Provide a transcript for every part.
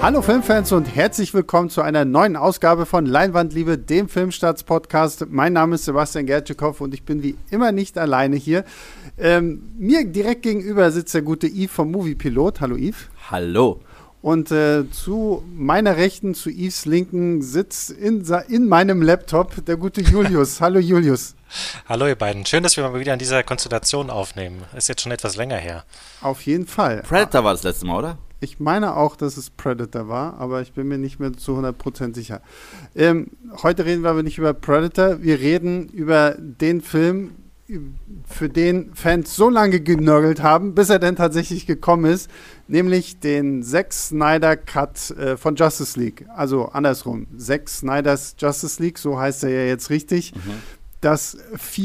Hallo Filmfans und herzlich willkommen zu einer neuen Ausgabe von Leinwandliebe, dem Filmstarts-Podcast. Mein Name ist Sebastian Gertschikow und ich bin wie immer nicht alleine hier. Mir direkt gegenüber sitzt der gute Yves vom Moviepilot. Hallo Yves. Hallo. Und zu meiner Rechten, zu Yves Linken, sitzt in meinem Laptop der gute Julius. Hallo Julius. Hallo ihr beiden. Schön, dass wir mal wieder in dieser Konstellation aufnehmen. Ist jetzt schon etwas länger her. Auf jeden Fall. Predator war das letzte Mal, oder? Ich meine auch, dass es Predator war, aber ich bin mir nicht mehr zu 100% sicher. Heute reden wir aber nicht über Predator. Wir reden über den Film, für den Fans so lange genörgelt haben, bis er dann tatsächlich gekommen ist, nämlich den Zack Snyder Cut von Justice League. Also andersrum, Zack Snyders Justice League, so heißt er ja jetzt richtig. Das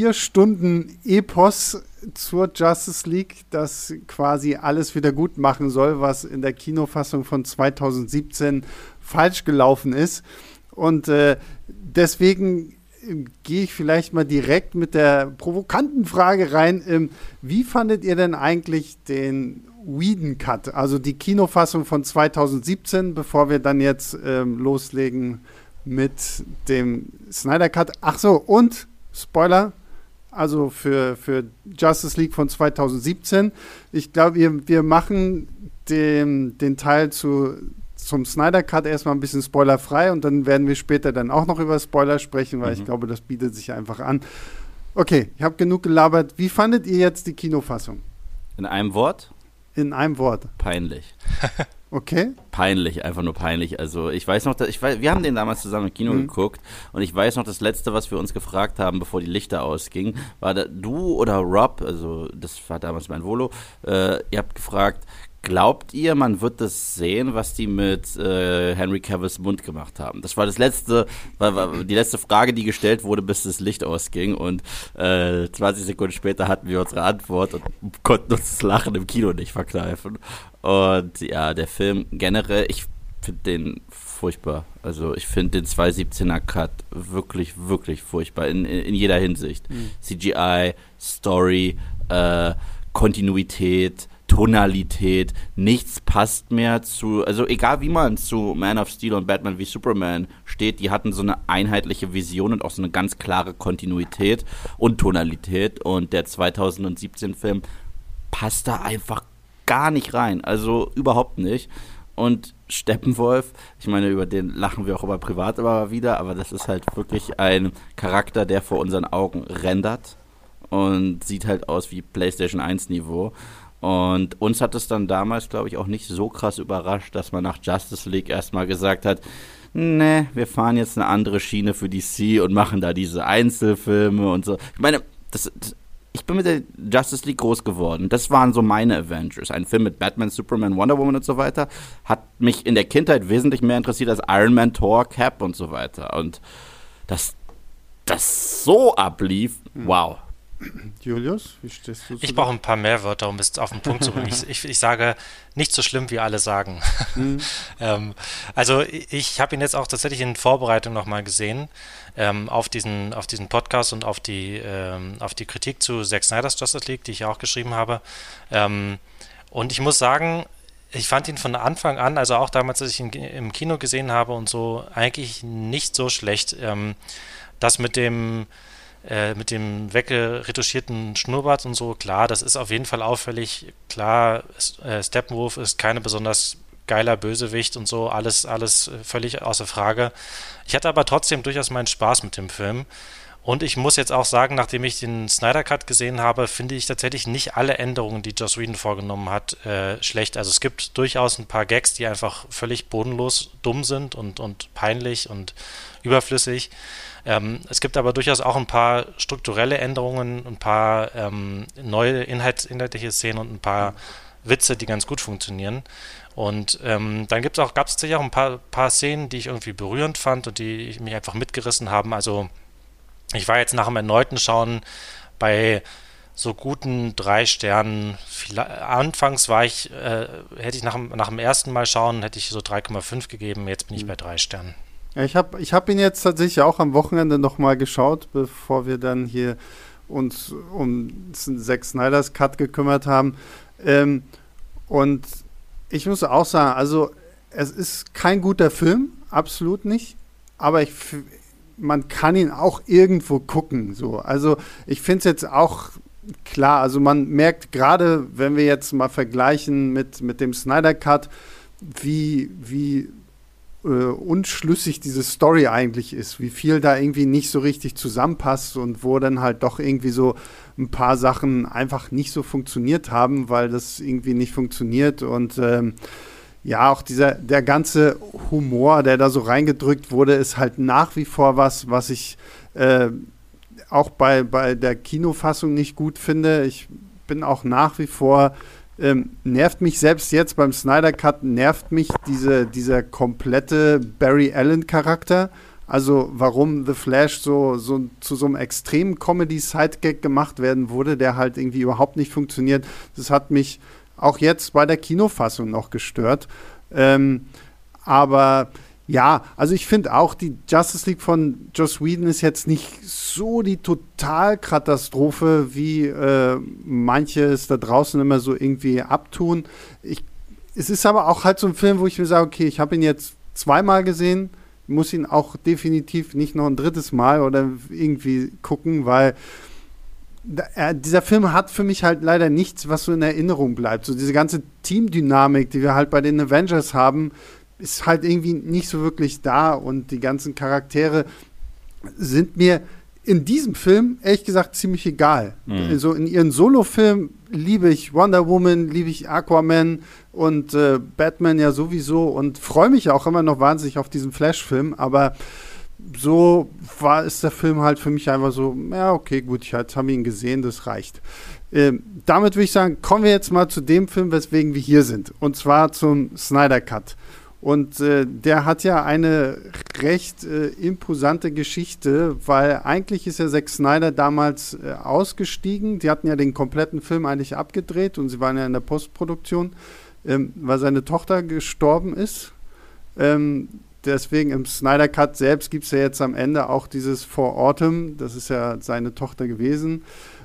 4-Stunden-Epos zur Justice League, das quasi alles wieder gut machen soll, was in der Kinofassung von 2017 falsch gelaufen ist. Und deswegen gehe ich vielleicht mal direkt mit der provokanten Frage rein. Wie fandet ihr denn eigentlich den Whedon-Cut, also die Kinofassung von 2017, bevor wir dann jetzt loslegen mit dem Snyder-Cut? Ach so, und Spoiler, also für Justice League von 2017. Ich glaube, wir machen den Teil zum Snyder Cut erstmal ein bisschen spoilerfrei und dann werden wir später dann auch noch über Spoiler sprechen, weil ich glaube, das bietet sich einfach an. Okay, ich habe genug gelabert. Wie fandet ihr jetzt die Kinofassung? In einem Wort? In einem Wort. Peinlich. Okay. Peinlich, einfach nur peinlich. Also ich weiß noch, wir haben den damals zusammen im Kino geguckt und ich weiß noch, das Letzte, was wir uns gefragt haben, bevor die Lichter ausgingen, war du oder Rob, also das war damals mein Volo, ihr habt gefragt, glaubt ihr, man wird das sehen, was die mit Henry Cavills Mund gemacht haben? Das war das letzte, war die letzte Frage, die gestellt wurde, bis das Licht ausging. Und 20 Sekunden später hatten wir unsere Antwort und konnten uns das Lachen im Kino nicht verkneifen. Und ja, der Film generell, ich finde den furchtbar. Also ich finde den 2017er Cut wirklich, wirklich furchtbar in jeder Hinsicht. CGI, Story, Kontinuität, Tonalität, nichts passt mehr zu, also egal wie man zu Man of Steel und Batman wie Superman steht, die hatten so eine einheitliche Vision und auch so eine ganz klare Kontinuität und Tonalität und der 2017-Film passt da einfach gar nicht rein, also überhaupt nicht. Und Steppenwolf, ich meine, über den lachen wir auch immer privat immer wieder, aber das ist halt wirklich ein Charakter, der vor unseren Augen rendert und sieht halt aus wie PlayStation 1 Niveau. Und uns hat es dann damals, glaube ich, auch nicht so krass überrascht, dass man nach Justice League erstmal gesagt hat, ne, wir fahren jetzt eine andere Schiene für DC und machen da diese Einzelfilme und so. Ich meine, ich bin mit der Justice League groß geworden. Das waren so meine Avengers. Ein Film mit Batman, Superman, Wonder Woman und so weiter hat mich in der Kindheit wesentlich mehr interessiert als Iron Man, Thor, Cap und so weiter. Und dass das so ablief, wow. Julius, wie stehst du zu Ich brauche ein paar mehr Wörter, um es auf den Punkt zu bringen. Ich sage, nicht so schlimm, wie alle sagen. Also ich habe ihn jetzt auch tatsächlich in Vorbereitung nochmal gesehen, auf diesen Podcast und auf die Kritik zu Zack Snyders Justice League, die ich auch geschrieben habe. Und ich muss sagen, ich fand ihn von Anfang an, also auch damals, als ich ihn im Kino gesehen habe und so, eigentlich nicht so schlecht. Das mit dem weggeretuschierten Schnurrbart und so, klar, das ist auf jeden Fall auffällig. Klar, Steppenwolf ist keine besonders geiler Bösewicht und so, alles völlig außer Frage. Ich hatte aber trotzdem durchaus meinen Spaß mit dem Film. Und ich muss jetzt auch sagen, nachdem ich den Snyder Cut gesehen habe, finde ich tatsächlich nicht alle Änderungen, die Joss Whedon vorgenommen hat, schlecht. Also es gibt durchaus ein paar Gags, die einfach völlig bodenlos dumm sind und peinlich und überflüssig. Es gibt aber durchaus auch ein paar strukturelle Änderungen, ein paar neue inhaltliche Szenen und ein paar Witze, die ganz gut funktionieren. Und dann gab es tatsächlich auch ein paar Szenen, die ich irgendwie berührend fand und die mich einfach mitgerissen haben. Also ich war jetzt nach dem erneuten Schauen bei so guten 3 Sternen. Anfangs hätte ich nach dem ersten Mal schauen, hätte ich so 3,5 gegeben. Jetzt bin ich bei 3 Sternen. Ja, ich hab ihn jetzt tatsächlich auch am Wochenende nochmal geschaut, bevor wir dann hier uns um Zack Snyders Cut gekümmert haben. Und ich muss auch sagen, also es ist kein guter Film, absolut nicht, aber man kann ihn auch irgendwo gucken. So. Also ich finde es jetzt auch klar, also man merkt gerade, wenn wir jetzt mal vergleichen mit dem Snyder Cut, wie unschlüssig diese Story eigentlich ist, wie viel da irgendwie nicht so richtig zusammenpasst und wo dann halt doch irgendwie so ein paar Sachen einfach nicht so funktioniert haben, weil das irgendwie nicht funktioniert und ja, auch der ganze Humor, der da so reingedrückt wurde, ist halt nach wie vor was ich auch bei der Kinofassung nicht gut finde. Ich bin auch nach wie vor nervt mich selbst jetzt beim Snyder Cut, nervt mich dieser komplette Barry Allen-Charakter. Also warum The Flash so zu so einem extremen Comedy-Sidekick gemacht werden wurde, der halt irgendwie überhaupt nicht funktioniert. Das hat mich auch jetzt bei der Kinofassung noch gestört. Aber ja, also ich finde auch, die Justice League von Joss Whedon ist jetzt nicht so die Totalkatastrophe, wie manche es da draußen immer so irgendwie abtun. Es ist aber auch halt so ein Film, wo ich mir sage, okay, ich habe ihn jetzt zweimal gesehen, muss ihn auch definitiv nicht noch ein drittes Mal oder irgendwie gucken, weil dieser Film hat für mich halt leider nichts, was so in Erinnerung bleibt. So diese ganze Teamdynamik, die wir halt bei den Avengers haben, ist halt irgendwie nicht so wirklich da und die ganzen Charaktere sind mir in diesem Film, ehrlich gesagt, ziemlich egal. So in ihren Solo-Filmen liebe ich Wonder Woman, liebe ich Aquaman und Batman ja sowieso und freue mich auch immer noch wahnsinnig auf diesen Flash-Film, aber so ist der Film halt für mich einfach so, ja, okay, gut, ich habe ihn gesehen, das reicht. Damit würde ich sagen, kommen wir jetzt mal zu dem Film, weswegen wir hier sind, und zwar zum Snyder Cut. Und der hat ja eine recht imposante Geschichte, weil eigentlich ist ja Zack Snyder damals ausgestiegen. Die hatten ja den kompletten Film eigentlich abgedreht und sie waren ja in der Postproduktion, weil seine Tochter gestorben ist. Deswegen im Snyder Cut selbst gibt es ja jetzt am Ende auch dieses For Autumn, das ist ja seine Tochter gewesen.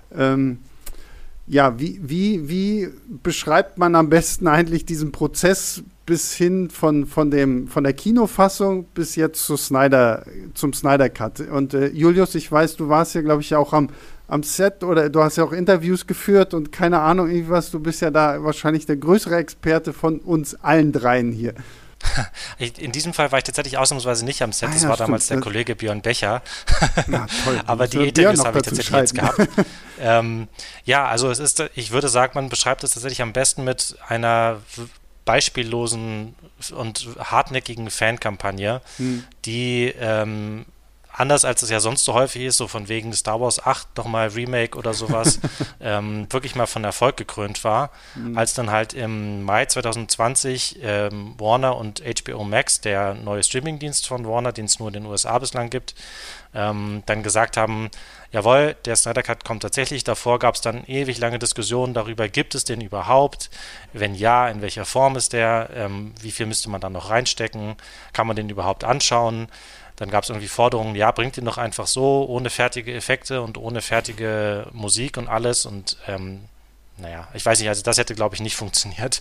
Ja, wie beschreibt man am besten eigentlich diesen Prozess bis hin von der Kinofassung bis jetzt zum Snyder Cut? Und Julius, ich weiß, du warst ja, glaube ich, auch am Set oder du hast ja auch Interviews geführt und keine Ahnung, irgendwas, du bist ja da wahrscheinlich der größere Experte von uns allen dreien hier. In diesem Fall war ich tatsächlich ausnahmsweise nicht am Set, das war damals der Kollege Björn Becher. Na, toll. Aber die Interviews habe ich tatsächlich jetzt gehabt. Ja, also ich würde sagen, man beschreibt es tatsächlich am besten mit einer beispiellosen und hartnäckigen Fankampagne, die anders als es ja sonst so häufig ist, so von wegen Star Wars 8 nochmal Remake oder sowas, wirklich mal von Erfolg gekrönt war, als dann halt im Mai 2020 Warner und HBO Max, der neue Streamingdienst von Warner, den es nur in den USA bislang gibt, dann gesagt haben, jawohl, der Snyder Cut kommt tatsächlich. Davor gab es dann ewig lange Diskussionen darüber, gibt es den überhaupt? Wenn ja, in welcher Form ist der? Wie viel müsste man dann noch reinstecken? Kann man den überhaupt anschauen? Dann gab es irgendwie Forderungen, ja, bringt ihn doch einfach so, ohne fertige Effekte und ohne fertige Musik und alles. Und naja, ich weiß nicht, also das hätte, glaube ich, nicht funktioniert.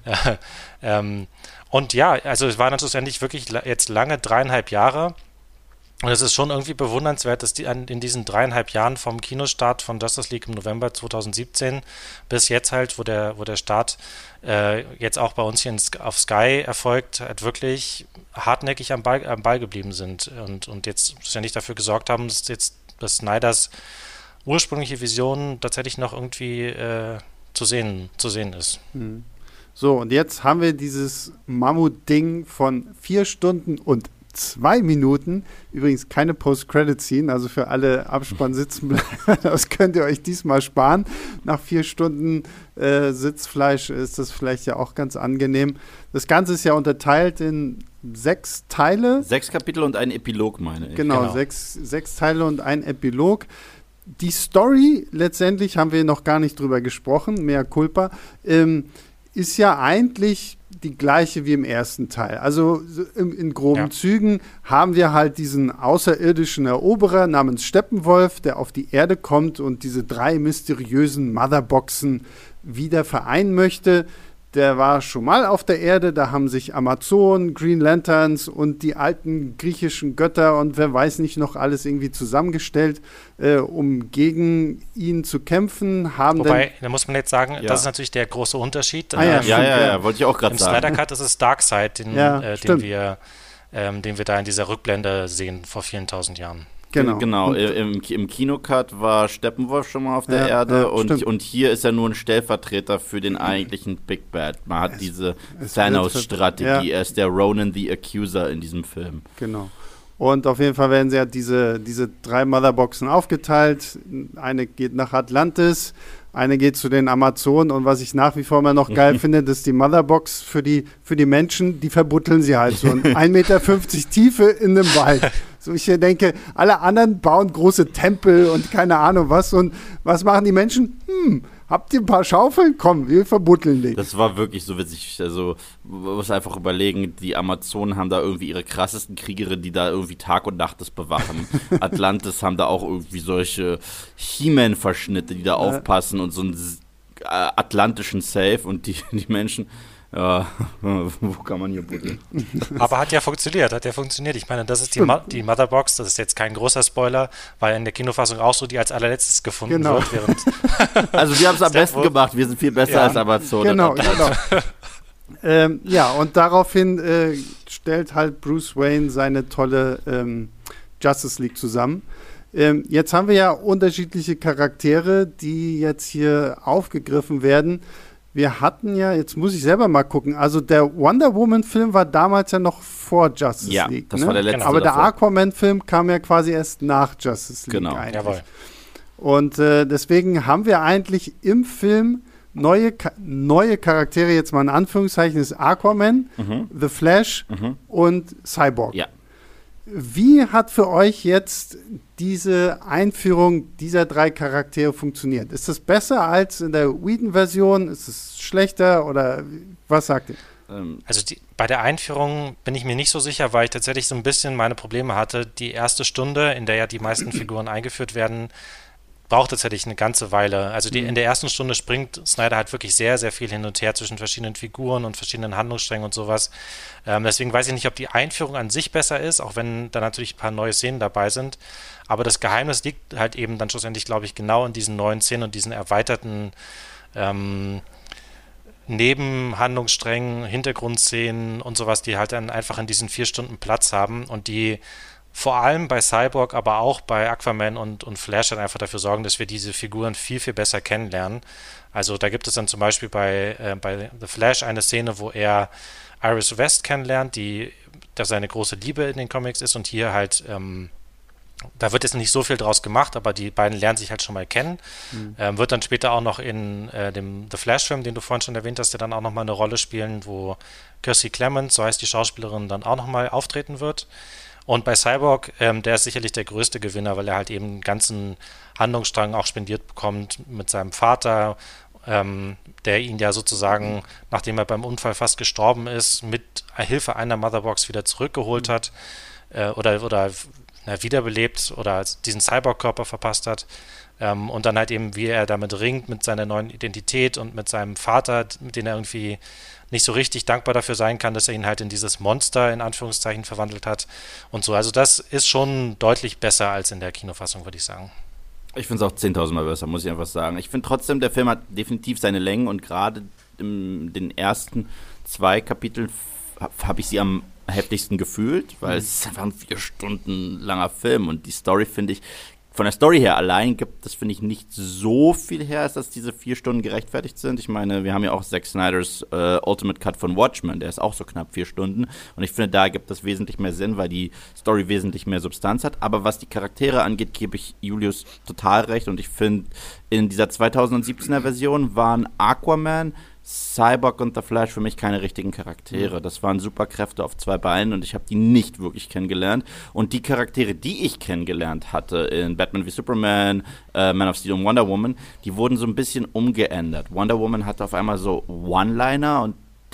Und ja, also es war dann schlussendlich wirklich jetzt lange 3,5 Jahre. Und es ist schon irgendwie bewundernswert, dass in diesen 3,5 Jahren vom Kinostart von Justice League im November 2017 bis jetzt halt, wo der Start jetzt auch bei uns hier auf Sky erfolgt, halt wirklich hartnäckig am Ball geblieben sind und jetzt ja nicht dafür gesorgt haben, dass jetzt Snyders ursprüngliche Vision tatsächlich noch irgendwie zu sehen ist. So, und jetzt haben wir dieses Mammut-Ding von 4 Stunden und 2 Minuten, übrigens keine Post-Credit-Scene, also für alle Abspann-Sitzenbleiber, das könnt ihr euch diesmal sparen. Nach 4 Stunden Sitzfleisch ist das vielleicht ja auch ganz angenehm. Das Ganze ist ja unterteilt in 6 Teile. 6 Kapitel und ein Epilog, meine ich. Genau. 6 Teile und ein Epilog. Die Story, letztendlich haben wir noch gar nicht drüber gesprochen, mea culpa, ist ja eigentlich die gleiche wie im ersten Teil. Also in groben Zügen haben wir halt diesen außerirdischen Eroberer namens Steppenwolf, der auf die Erde kommt und diese 3 mysteriösen Motherboxen wieder vereinen möchte. der war schon mal auf der Erde, da haben sich Amazonen, Green Lanterns und die alten griechischen Götter und wer weiß nicht noch alles irgendwie zusammengestellt, um gegen ihn zu kämpfen. Wobei, da muss man jetzt sagen, das ist natürlich der große Unterschied. Ja, wollte ich auch gerade sagen. Im Snyder Cut ist es Darkseid, den wir da in dieser Rückblende sehen vor vielen tausend Jahren. Genau. Im Kinocut war Steppenwolf schon mal auf der Erde und hier ist er nur ein Stellvertreter für den eigentlichen Big Bad. Man hat diese Thanos-Strategie. Er ist der Ronan the Accuser in diesem Film. Genau. Und auf jeden Fall werden sie ja diese 3 Motherboxen aufgeteilt. Eine geht nach Atlantis, eine geht zu den Amazonen und was ich nach wie vor immer noch geil finde, das ist die Motherbox für die Menschen, die verbuddeln sie halt so in 1,50 Meter Tiefe in einem Wald. So ich denke, alle anderen bauen große Tempel und keine Ahnung was und was machen die Menschen? Habt ihr ein paar Schaufeln? Komm, wir verbuddeln die. Das war wirklich so witzig. Also, man muss einfach überlegen, die Amazonen haben da irgendwie ihre krassesten Kriegerinnen, die da irgendwie Tag und Nacht das bewachen. Atlantis haben da auch irgendwie solche He-Man-Verschnitte, die da aufpassen und so einen atlantischen Safe und die Menschen. Ja, wo kann man hier buddeln? Aber hat ja funktioniert. Ich meine, das ist die Motherbox, das ist jetzt kein großer Spoiler, weil in der Kinofassung auch so die als allerletztes gefunden wird. Also wir haben es am besten gemacht, wir sind viel besser als Amazon. Genau. Und daraufhin stellt halt Bruce Wayne seine tolle Justice League zusammen. Jetzt haben wir ja unterschiedliche Charaktere, die jetzt hier aufgegriffen werden. Wir hatten ja, jetzt muss ich selber mal gucken, also der Wonder Woman-Film war damals ja noch vor Justice League. Das war der letzte. Aber der Aquaman-Film kam ja quasi erst nach Justice League eigentlich. Jawohl. Und deswegen haben wir eigentlich im Film neue Charaktere, jetzt mal in Anführungszeichen, ist Aquaman, The Flash und Cyborg. Ja. Wie hat für euch jetzt diese Einführung dieser 3 Charaktere funktioniert? Ist es besser als in der Whedon-Version? Ist es schlechter oder was sagt ihr? Also bei der Einführung bin ich mir nicht so sicher, weil ich tatsächlich so ein bisschen meine Probleme hatte. Die erste Stunde, in der ja die meisten Figuren eingeführt werden, braucht tatsächlich eine ganze Weile. Also in der ersten Stunde springt Snyder halt wirklich sehr, sehr viel hin und her zwischen verschiedenen Figuren und verschiedenen Handlungssträngen und sowas. Deswegen weiß ich nicht, ob die Einführung an sich besser ist, auch wenn da natürlich ein paar neue Szenen dabei sind. Aber das Geheimnis liegt halt eben dann schlussendlich, glaube ich, genau in diesen neuen Szenen und diesen erweiterten Nebenhandlungssträngen, Hintergrundszenen und sowas, die halt dann einfach in diesen 4 Stunden Platz haben und die vor allem bei Cyborg, aber auch bei Aquaman und Flash dann einfach dafür sorgen, dass wir diese Figuren viel, viel besser kennenlernen. Also da gibt es dann zum Beispiel bei The Flash eine Szene, wo er Iris West kennenlernt, der seine große Liebe in den Comics ist und hier halt, da wird jetzt nicht so viel draus gemacht, aber die beiden lernen sich halt schon mal kennen. Wird dann später auch noch in dem The Flash-Film, den du vorhin schon erwähnt hast, der dann auch nochmal eine Rolle spielen, wo Kiersey Clemons, so heißt die Schauspielerin, dann auch nochmal auftreten wird. Und bei Cyborg, der ist sicherlich der größte Gewinner, weil er halt eben einen ganzen Handlungsstrang auch spendiert bekommt mit seinem Vater, der ihn ja sozusagen, nachdem er beim Unfall fast gestorben ist, mit Hilfe einer Motherbox wieder zurückgeholt hat oder wiederbelebt oder diesen Cyborg-Körper verpasst hat. Und dann halt eben, wie er damit ringt mit seiner neuen Identität und mit seinem Vater, mit dem er irgendwie nicht so richtig dankbar dafür sein kann, dass er ihn halt in dieses Monster in Anführungszeichen verwandelt hat und so. Also das ist schon deutlich besser als in der Kinofassung, würde ich sagen. Ich finde es auch 10.000 Mal besser, muss ich einfach sagen. Ich finde trotzdem, der Film hat definitiv seine Längen und gerade in den ersten 2 Kapiteln habe ich sie am heftigsten gefühlt, weil es ist einfach ein 4 Stunden langer Film und die Story, finde ich, von der Story her allein gibt es, finde ich, nicht so viel her, dass diese 4 Stunden gerechtfertigt sind. Ich meine, wir haben ja auch Zack Snyders Ultimate Cut von Watchmen, der ist auch so knapp 4 Stunden. Und ich finde, da gibt es wesentlich mehr Sinn, weil die Story wesentlich mehr Substanz hat. Aber was die Charaktere angeht, gebe ich Julius total recht. Und ich finde, in dieser 2017er Version waren Aquaman, Cyborg und The Flash für mich keine richtigen Charaktere. Das waren Superkräfte auf 2 Beinen und ich habe die nicht wirklich kennengelernt. Und die Charaktere, die ich kennengelernt hatte in Batman v Superman, Man of Steel und Wonder Woman, die wurden so ein bisschen umgeändert. Wonder Woman hatte auf einmal so One-Liner und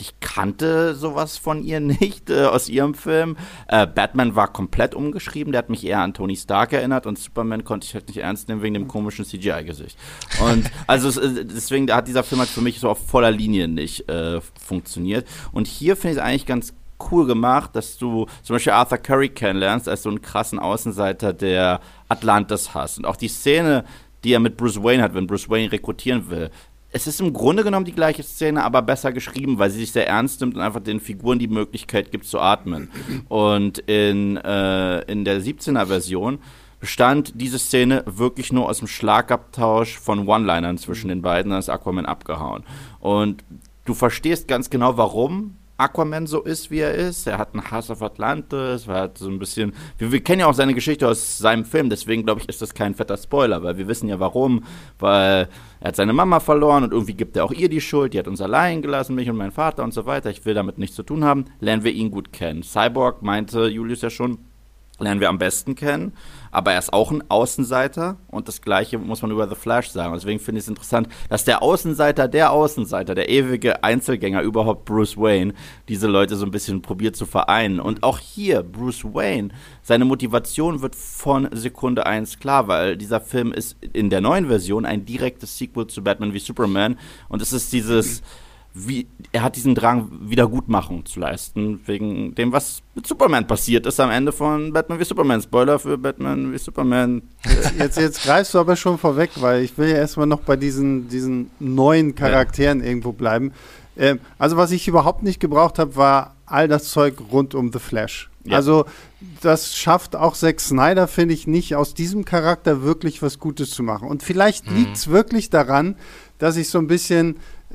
ich kannte sowas von ihr nicht aus ihrem Film. Batman war komplett umgeschrieben, der hat mich eher an Tony Stark erinnert und Superman konnte ich halt nicht ernst nehmen wegen dem komischen CGI-Gesicht. Und also deswegen hat dieser Film halt für mich so auf voller Linie nicht funktioniert. Und hier finde ich es eigentlich ganz cool gemacht, dass du zum Beispiel Arthur Curry kennenlernst als so einen krassen Außenseiter, der Atlantis hasst. Und auch die Szene, die er mit Bruce Wayne hat, wenn Bruce Wayne rekrutieren will. Es ist im Grunde genommen die gleiche Szene, aber besser geschrieben, weil sie sich sehr ernst nimmt und einfach den Figuren die Möglichkeit gibt zu atmen. Und in der 17er-Version bestand diese Szene wirklich nur aus dem Schlagabtausch von One-Linern zwischen den beiden, dann ist Aquaman abgehauen. Und du verstehst ganz genau, warum Aquaman so ist, wie er ist. Er hat einen Hass auf Atlantis, er hat so ein bisschen, wir kennen ja auch seine Geschichte aus seinem Film, deswegen glaube ich, ist das kein fetter Spoiler, weil wir wissen ja warum, weil er hat seine Mama verloren und irgendwie gibt er auch ihr die Schuld, die hat uns allein gelassen, mich und meinen Vater und so weiter, ich will damit nichts zu tun haben, lernen wir ihn gut kennen. Cyborg meinte Julius ja schon, lernen wir am besten kennen, aber er ist auch ein Außenseiter und das Gleiche muss man über The Flash sagen. Deswegen finde ich es interessant, dass der Außenseiter, der ewige Einzelgänger überhaupt Bruce Wayne, diese Leute so ein bisschen probiert zu vereinen. Und auch hier, Bruce Wayne, seine Motivation wird von Sekunde 1 klar, weil dieser Film ist in der neuen Version ein direktes Sequel zu Batman wie Superman und es ist dieses... er hat diesen Drang, Wiedergutmachung zu leisten, wegen dem, was mit Superman passiert ist am Ende von Batman wie Superman. Spoiler für Batman wie Superman. Jetzt greifst du aber schon vorweg, weil ich will ja erstmal noch bei diesen neuen Charakteren irgendwo bleiben. Also was ich überhaupt nicht gebraucht habe, war all das Zeug rund um The Flash. Ja. Also das schafft auch Zack Snyder, finde ich, nicht, aus diesem Charakter wirklich was Gutes zu machen. Und vielleicht liegt es wirklich daran, dass ich so ein bisschen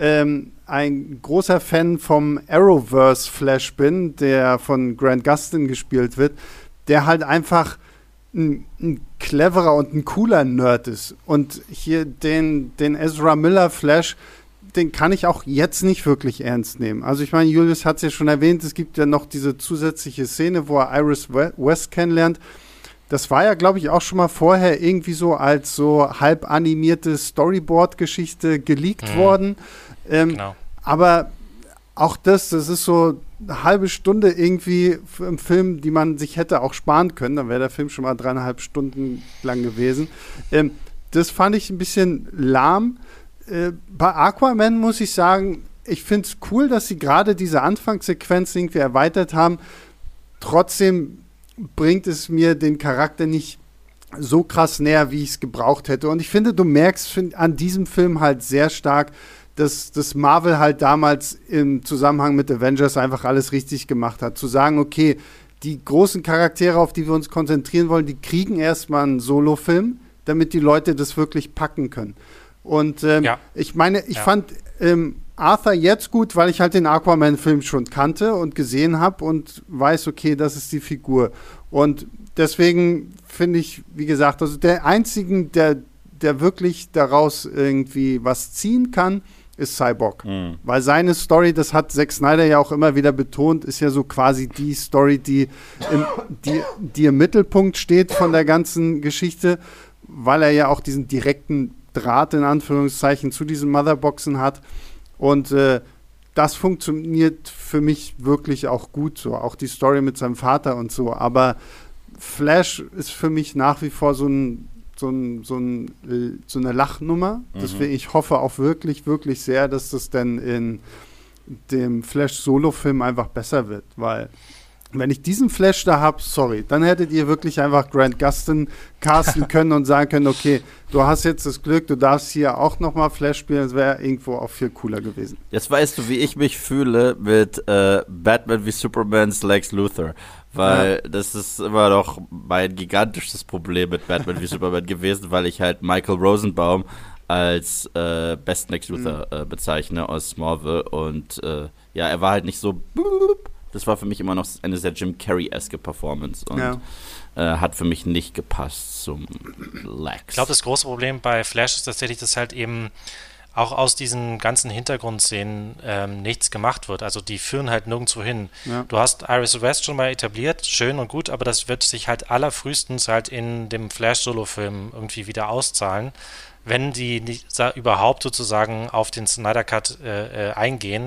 ein großer Fan vom Arrowverse Flash bin, der von Grant Gustin gespielt wird, der halt einfach ein cleverer und ein cooler Nerd ist. Und hier den Ezra Miller Flash, den kann ich auch jetzt nicht wirklich ernst nehmen. Also ich meine, Julius hat es ja schon erwähnt, es gibt ja noch diese zusätzliche Szene, wo er Iris West kennenlernt. Das war ja, glaube ich, auch schon mal vorher irgendwie so als so halb animierte Storyboard-Geschichte geleakt worden. Genau. Aber auch das ist so eine halbe Stunde irgendwie im Film, die man sich hätte auch sparen können. Dann wäre der Film schon mal 3,5 Stunden lang gewesen. Das fand ich ein bisschen lahm. Bei Aquaman muss ich sagen, ich finde es cool, dass sie gerade diese Anfangssequenz irgendwie erweitert haben. Trotzdem bringt es mir den Charakter nicht so krass näher, wie ich es gebraucht hätte. Und ich finde, du merkst an diesem Film halt sehr stark, dass Marvel halt damals im Zusammenhang mit Avengers einfach alles richtig gemacht hat. Zu sagen, okay, die großen Charaktere, auf die wir uns konzentrieren wollen, die kriegen erstmal einen Solo-Film, damit die Leute das wirklich packen können. Und ich meine, ich fand Arthur jetzt gut, weil ich halt den Aquaman-Film schon kannte und gesehen habe und weiß, okay, das ist die Figur. Und deswegen finde ich, wie gesagt, also der Einzigen, der wirklich daraus irgendwie was ziehen kann, ist Cyborg. Weil seine Story, das hat Zack Snyder ja auch immer wieder betont, ist ja so quasi die Story, die im Mittelpunkt steht von der ganzen Geschichte, weil er ja auch diesen direkten Draht in Anführungszeichen zu diesen Motherboxen hat. Und das funktioniert für mich wirklich auch gut so. Auch die Story mit seinem Vater und so. Aber Flash ist für mich nach wie vor so eine Lachnummer. Deswegen, ich hoffe auch wirklich, wirklich sehr, dass das dann in dem Flash-Solo-Film einfach besser wird. Weil, wenn ich diesen Flash da habe, sorry, dann hättet ihr wirklich einfach Grant Gustin casten können und sagen können, okay, du hast jetzt das Glück, du darfst hier auch nochmal Flash spielen. Das wäre irgendwo auch viel cooler gewesen. Jetzt weißt du, wie ich mich fühle mit Batman wie Supermans Lex Luthor. Weil das ist immer noch mein gigantisches Problem mit Batman wie Superman gewesen, weil ich halt Michael Rosenbaum als besten Lex Luthor bezeichne aus Smallville. Und er war halt nicht so... Das war für mich immer noch eine sehr Jim Carrey-eske Performance und hat für mich nicht gepasst zum Lex. Ich glaube, das große Problem bei Flash ist tatsächlich, dass halt eben auch aus diesen ganzen Hintergrundszenen nichts gemacht wird. Also die führen halt nirgendwo hin. Ja. Du hast Iris West schon mal etabliert, schön und gut, aber das wird sich halt allerfrühestens halt in dem Flash-Solo-Film irgendwie wieder auszahlen, wenn die nicht, überhaupt sozusagen auf den Snyder Cut eingehen,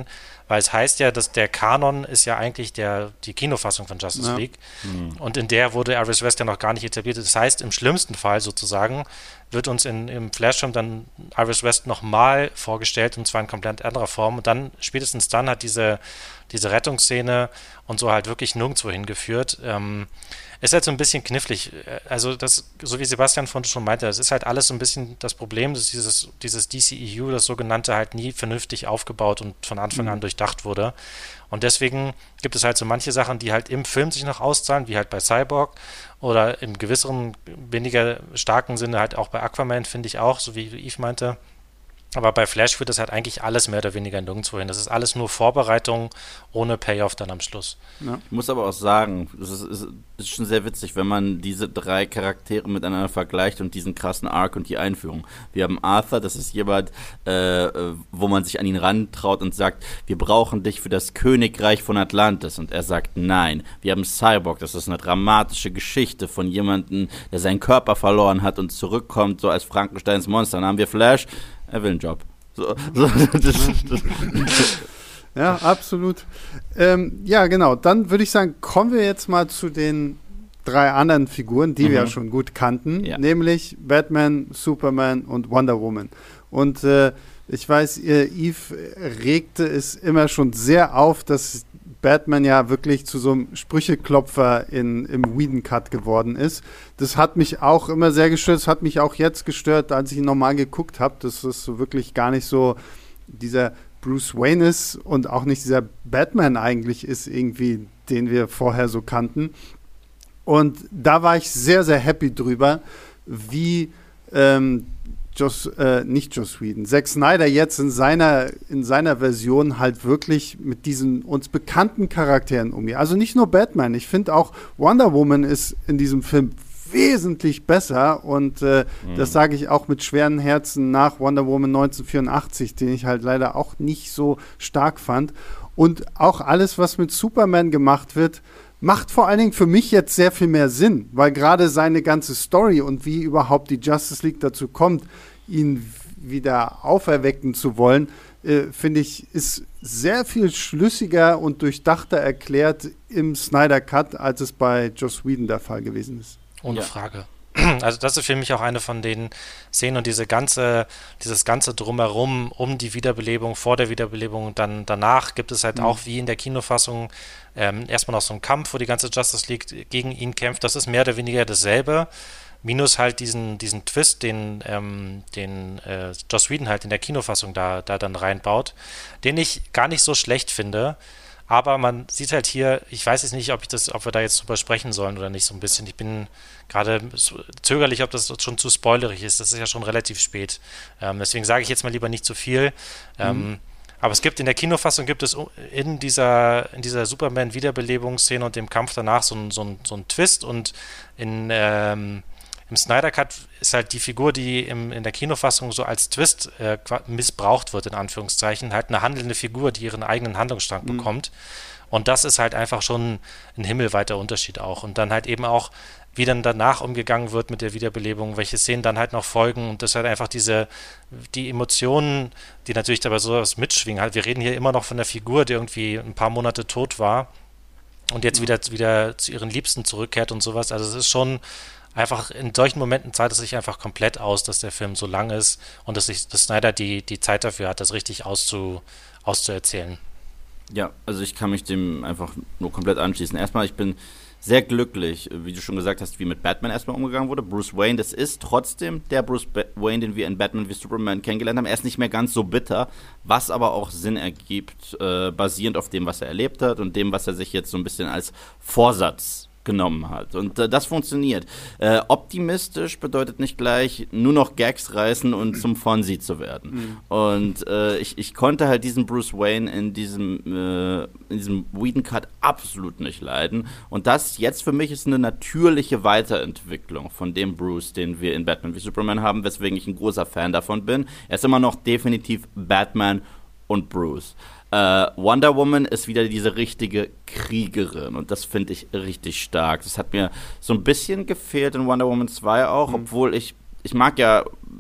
weil es heißt ja, dass der Kanon ist ja eigentlich die Kinofassung von Justice League und in der wurde Iris West ja noch gar nicht etabliert. Das heißt, im schlimmsten Fall sozusagen wird uns im Flashfilm dann Iris West nochmal vorgestellt und zwar in komplett anderer Form und dann, spätestens dann hat diese Rettungsszene und so halt wirklich nirgendwo hingeführt. Ist halt so ein bisschen knifflig. Also das, so wie Sebastian vorhin schon meinte, das ist halt alles so ein bisschen das Problem, dass dieses DCEU, das sogenannte, halt nie vernünftig aufgebaut und von Anfang an durchdacht wurde. Und deswegen gibt es halt so manche Sachen, die halt im Film sich noch auszahlen, wie halt bei Cyborg oder im gewisseren, weniger starken Sinne halt auch bei Aquaman, finde ich auch, so wie Yves meinte. Aber bei Flash führt das halt eigentlich alles mehr oder weniger nirgendwo hin. Das ist alles nur Vorbereitung ohne Payoff dann am Schluss. Ja. Ich muss aber auch sagen, es ist schon sehr witzig, wenn man diese 3 Charaktere miteinander vergleicht und diesen krassen Arc und die Einführung. Wir haben Arthur, das ist jemand, wo man sich an ihn rantraut und sagt, wir brauchen dich für das Königreich von Atlantis. Und er sagt nein. Wir haben Cyborg, das ist eine dramatische Geschichte von jemandem, der seinen Körper verloren hat und zurückkommt, so als Frankensteins Monster. Dann haben wir Flash, er will einen Job. Ja, absolut. Ja, genau. Dann würde ich sagen, kommen wir jetzt mal zu den 3 anderen Figuren, die wir ja schon gut kannten, nämlich Batman, Superman und Wonder Woman. Und ich weiß, Yves regte es immer schon sehr auf, dass Batman ja wirklich zu so einem Sprücheklopfer im Whedon-Cut geworden ist. Das hat mich auch immer sehr gestört. Das hat mich auch jetzt gestört, als ich ihn nochmal geguckt habe. Das ist so wirklich gar nicht so dieser Bruce Wayne ist und auch nicht dieser Batman eigentlich ist irgendwie, den wir vorher so kannten. Und da war ich sehr, sehr happy drüber, wie nicht Joss Whedon, Zack Snyder jetzt in seiner Version halt wirklich mit diesen uns bekannten Charakteren umgeht. Also nicht nur Batman, ich finde auch Wonder Woman ist in diesem Film wesentlich besser und das sage ich auch mit schweren Herzen nach Wonder Woman 1984, den ich halt leider auch nicht so stark fand. Und auch alles, was mit Superman gemacht wird, macht vor allen Dingen für mich jetzt sehr viel mehr Sinn, weil gerade seine ganze Story und wie überhaupt die Justice League dazu kommt, ihn wieder auferwecken zu wollen, finde ich, ist sehr viel schlüssiger und durchdachter erklärt im Snyder Cut, als es bei Joss Whedon der Fall gewesen ist. Ohne Frage. Also das ist für mich auch eine von den Szenen und dieses ganze Drumherum, um die Wiederbelebung, vor der Wiederbelebung und dann danach gibt es halt auch wie in der Kinofassung erstmal noch so einen Kampf, wo die ganze Justice League gegen ihn kämpft. Das ist mehr oder weniger dasselbe, minus halt diesen Twist, den Joss Whedon halt in der Kinofassung da dann reinbaut, den ich gar nicht so schlecht finde. Aber man sieht halt hier, ich weiß jetzt nicht, ob wir da jetzt drüber sprechen sollen oder nicht, so ein bisschen. Ich bin gerade zögerlich, ob das schon zu spoilerig ist. Das ist ja schon relativ spät. Deswegen sage ich jetzt mal lieber nicht zu viel. Aber es gibt in der Kinofassung in dieser Superman-Wiederbelebungsszene und dem Kampf danach so einen Twist und im Snyder Cut ist halt die Figur, die in der Kinofassung so als Twist missbraucht wird, in Anführungszeichen, halt eine handelnde Figur, die ihren eigenen Handlungsstrang bekommt. Und das ist halt einfach schon ein himmelweiter Unterschied auch. Und dann halt eben auch, wie dann danach umgegangen wird mit der Wiederbelebung, welche Szenen dann halt noch folgen und das halt einfach die Emotionen, die natürlich dabei sowas mitschwingen. Halt, wir reden hier immer noch von der Figur, die irgendwie ein paar Monate tot war und jetzt wieder zu ihren Liebsten zurückkehrt und sowas. Also es ist schon einfach, in solchen Momenten zahlt es sich einfach komplett aus, dass der Film so lang ist und dass Snyder die Zeit dafür hat, das richtig auszuerzählen. Ja, also ich kann mich dem einfach nur komplett anschließen. Erstmal, ich bin sehr glücklich, wie du schon gesagt hast, wie mit Batman erstmal umgegangen wurde. Bruce Wayne, das ist trotzdem der Bruce Wayne, den wir in Batman wie Superman kennengelernt haben. Er ist nicht mehr ganz so bitter, was aber auch Sinn ergibt, basierend auf dem, was er erlebt hat und dem, was er sich jetzt so ein bisschen als Vorsatz genommen hat. Und das funktioniert. Optimistisch bedeutet nicht gleich nur noch Gags reißen und zum Fonzie zu werden. Und ich konnte halt diesen Bruce Wayne in diesem Whedon-Cut absolut nicht leiden. Und das jetzt für mich ist eine natürliche Weiterentwicklung von dem Bruce, den wir in Batman wie Superman haben, weswegen ich ein großer Fan davon bin. Er ist immer noch definitiv Batman und Bruce. Wonder Woman ist wieder diese richtige Kriegerin und das finde ich richtig stark. Das hat mir so ein bisschen gefehlt in Wonder Woman 2 auch, obwohl ich mag ja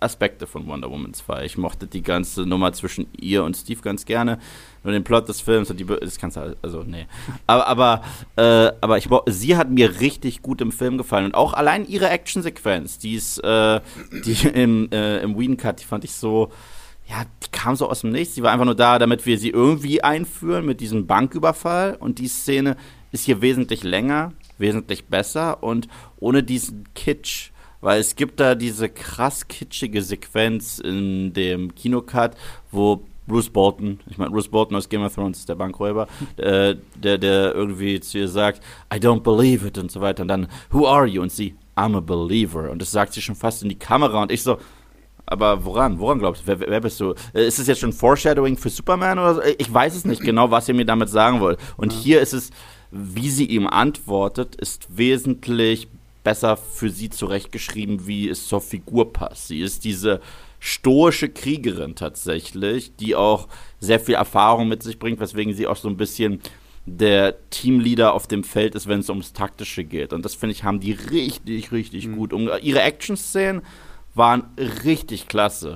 Aspekte von Wonder Woman 2. Ich mochte die ganze Nummer zwischen ihr und Steve ganz gerne. Nur den Plot des Films und das kannst du, also, nee. Aber sie hat mir richtig gut im Film gefallen. Und auch allein ihre Actionsequenz, die im Whedon-Cut, die fand ich so, ja, die kam so aus dem Nichts. Die war einfach nur da, damit wir sie irgendwie einführen mit diesem Banküberfall. Und die Szene ist hier wesentlich länger, wesentlich besser und ohne diesen Kitsch. Weil es gibt da diese krass kitschige Sequenz in dem Kinocut, wo Bruce Bolton aus Game of Thrones ist der Bankräuber, der irgendwie zu ihr sagt, I don't believe it und so weiter. Und dann, who are you? Und sie, I'm a believer. Und das sagt sie schon fast in die Kamera. Und ich so, aber woran glaubst du? Wer bist du? Ist es jetzt schon Foreshadowing für Superman oder so? Ich weiß es nicht genau, was ihr mir damit sagen wollt. Und hier ist es, wie sie ihm antwortet, ist wesentlich besser für sie zurechtgeschrieben, wie es zur Figur passt. Sie ist diese stoische Kriegerin tatsächlich, die auch sehr viel Erfahrung mit sich bringt, weswegen sie auch so ein bisschen der Teamleader auf dem Feld ist, wenn es ums Taktische geht. Und das, finde ich, haben die richtig, richtig gut umgesetzt. Ihre Action-Szenen waren richtig klasse.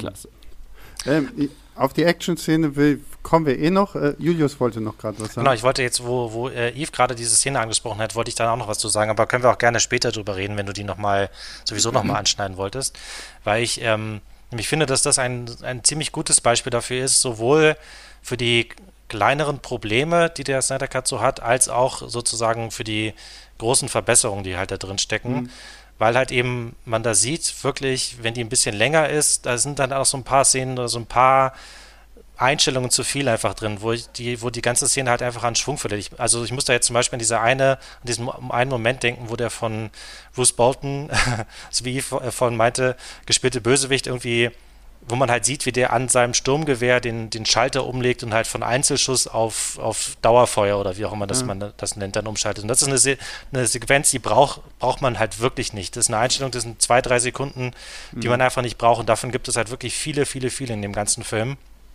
Auf die Action-Szene kommen wir noch. Julius wollte noch gerade was sagen. Genau, ich wollte jetzt, wo Yves gerade diese Szene angesprochen hat, wollte ich dann auch noch was zu sagen, aber können wir auch gerne später drüber reden, wenn du die sowieso nochmal anschneiden wolltest, weil ich nämlich finde, dass das ein ziemlich gutes Beispiel dafür ist, sowohl für die kleineren Probleme, die der Snyder Cut so hat, als auch sozusagen für die großen Verbesserungen, die halt da drin stecken. Weil halt eben man da sieht, wirklich, wenn die ein bisschen länger ist, da sind dann auch so ein paar Szenen oder so ein paar Einstellungen zu viel einfach drin, wo die ganze Szene halt einfach an Schwung verliert. Also ich muss da jetzt zum Beispiel an diesen einen Moment denken, wo der von Bruce Bolton, so wie ich vorhin meinte, gespielte Bösewicht irgendwie, wo man halt sieht, wie der an seinem Sturmgewehr den Schalter umlegt und halt von Einzelschuss auf Dauerfeuer oder wie auch immer man das nennt, dann umschaltet. Und das ist eine Sequenz, die braucht man halt wirklich nicht. Das ist eine Einstellung, das sind 2-3 Sekunden, die man einfach nicht braucht. Und davon gibt es halt wirklich viele, viele, viele in dem ganzen Film.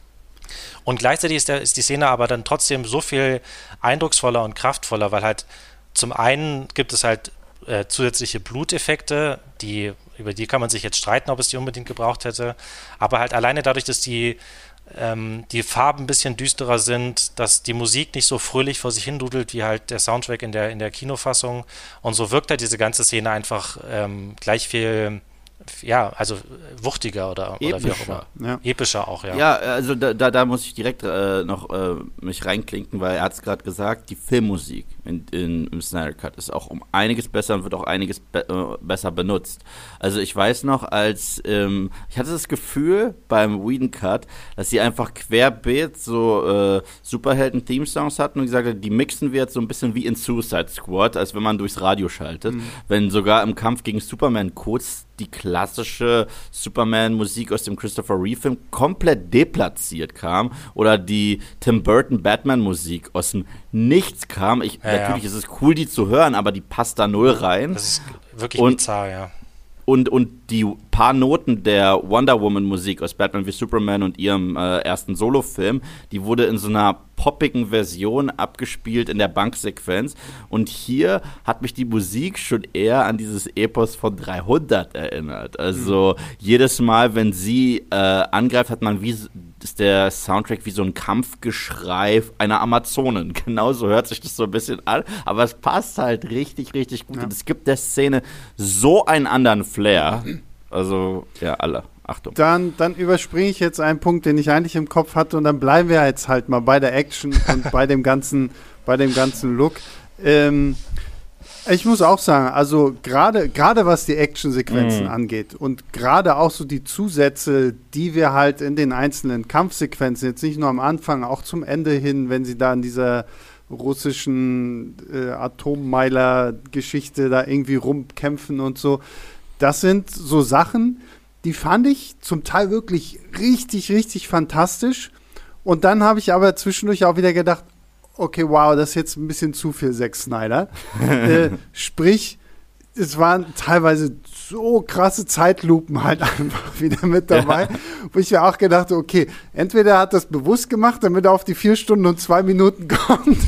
Und gleichzeitig ist die Szene aber dann trotzdem so viel eindrucksvoller und kraftvoller, weil halt zum einen gibt es halt zusätzliche Bluteffekte, über die kann man sich jetzt streiten, ob es die unbedingt gebraucht hätte, aber halt alleine dadurch, dass die Farben ein bisschen düsterer sind, dass die Musik nicht so fröhlich vor sich hin dudelt, wie halt der Soundtrack in der Kinofassung, und so wirkt halt diese ganze Szene einfach gleich viel, ja, also wuchtiger oder wie auch immer. Ja. Epischer auch, ja. Ja, also da muss ich direkt noch mich reinklinken, weil er hat es gerade gesagt, die Filmmusik im Snyder Cut ist auch um einiges besser und wird auch einiges besser benutzt. Also ich weiß noch, ich hatte das Gefühl beim Whedon Cut, dass sie einfach querbeet so Superhelden-Theme-Songs hatten und gesagt haben, die mixen wir jetzt so ein bisschen wie in Suicide Squad, als wenn man durchs Radio schaltet. Wenn sogar im Kampf gegen Superman kurz die klassische Superman-Musik aus dem Christopher Reeve-Film komplett deplatziert kam oder die Tim Burton Batman-Musik aus dem Nichts kam. Natürlich ist es cool, die zu hören, aber die passt da null rein. Das ist wirklich bizarr, ja. Und die paar Noten der Wonder Woman-Musik aus Batman v Superman und ihrem ersten Solo-Film, die wurde in so einer poppigen Version abgespielt in der Banksequenz. Und hier hat mich die Musik schon eher an dieses Epos von 300 erinnert. Also jedes Mal, wenn sie angreift, hat man ist der Soundtrack wie so ein Kampfgeschrei einer Amazonin. Genauso hört sich das so ein bisschen an, aber es passt halt richtig, richtig gut. Ja. Und es gibt der Szene so einen anderen Flair. Also, ja, alle. Achtung. Dann überspringe ich jetzt einen Punkt, den ich eigentlich im Kopf hatte, und dann bleiben wir jetzt halt mal bei der Action und bei dem ganzen Look. Ich muss auch sagen, also gerade was die Actionsequenzen angeht und gerade auch so die Zusätze, die wir halt in den einzelnen Kampfsequenzen, jetzt nicht nur am Anfang, auch zum Ende hin, wenn sie da in dieser russischen Atommeiler-Geschichte da irgendwie rumkämpfen und so, das sind so Sachen, die fand ich zum Teil wirklich richtig, richtig fantastisch. Und dann habe ich aber zwischendurch auch wieder gedacht, okay, wow, das ist jetzt ein bisschen zu viel Zack Snyder. Sprich, es waren teilweise so krasse Zeitlupen halt einfach wieder mit dabei, wo ich mir auch gedacht habe, okay, entweder er hat das bewusst gemacht, damit er auf die 4 Stunden und 2 Minuten kommt,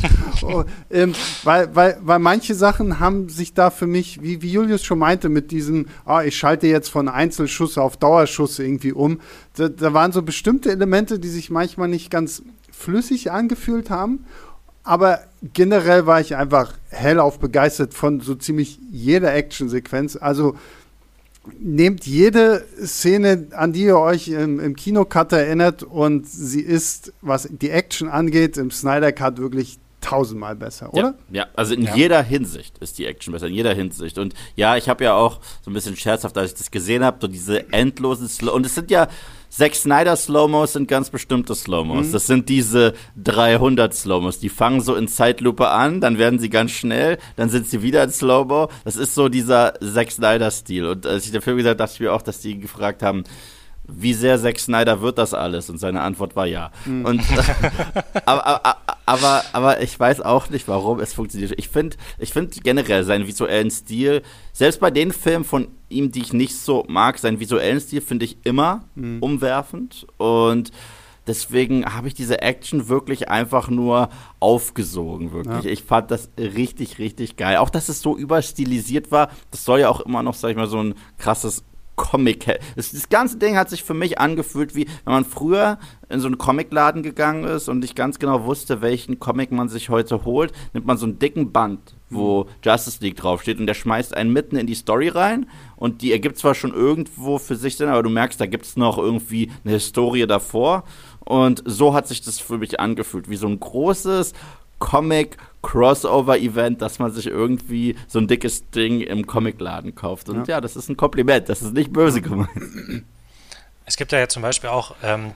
weil manche Sachen haben sich da für mich, wie Julius schon meinte, mit diesem, ich schalte jetzt von Einzelschuss auf Dauerschuss irgendwie um, da waren so bestimmte Elemente, die sich manchmal nicht ganz flüssig angefühlt haben. Aber generell war ich einfach hellauf begeistert von so ziemlich jeder Actionsequenz. Also nehmt jede Szene, an die ihr euch im Kinocut erinnert, und sie ist, was die Action angeht, im Snyder Cut wirklich 1000-mal besser, oder? Ja, also in jeder Hinsicht ist die Action besser, in jeder Hinsicht. Und ja, ich habe ja auch so ein bisschen scherzhaft, als ich das gesehen habe, so diese endlosen und es sind ja Zack Snyder Slow-Mos sind ganz bestimmte Slow-Mos. Das sind diese 300 Slow-Mos. Die fangen so in Zeitlupe an, dann werden sie ganz schnell, dann sind sie wieder in Slow-Mo. Das ist so dieser Zack Snyder-Stil. Und als ich den Film gesagt habe, dachte ich mir auch, dass die gefragt haben, wie sehr Zack Snyder wird das alles? Und seine Antwort war ja. Und, aber ich weiß auch nicht, warum es funktioniert. Ich finde generell seinen visuellen Stil, selbst bei den Filmen von ihm, die ich nicht so mag, seinen visuellen Stil finde ich immer umwerfend. Und deswegen habe ich diese Action wirklich einfach nur aufgesogen, wirklich. Ja. Ich fand das richtig, richtig geil. Auch, dass es so überstilisiert war, das soll ja auch immer noch, sag ich mal, so ein krasses Comic. Das ganze Ding hat sich für mich angefühlt, wie wenn man früher in so einen Comicladen gegangen ist und nicht ganz genau wusste, welchen Comic man sich heute holt, nimmt man so einen dicken Band, wo Justice League draufsteht, und der schmeißt einen mitten in die Story rein, und die ergibt zwar schon irgendwo für sich Sinn, aber du merkst, da gibt's noch irgendwie eine Historie davor, und so hat sich das für mich angefühlt, wie so ein großes Comic-Crossover-Event, dass man sich irgendwie so ein dickes Ding im Comicladen kauft. Und ja, das ist ein Kompliment, das ist nicht böse gemeint. Es gibt ja zum Beispiel auch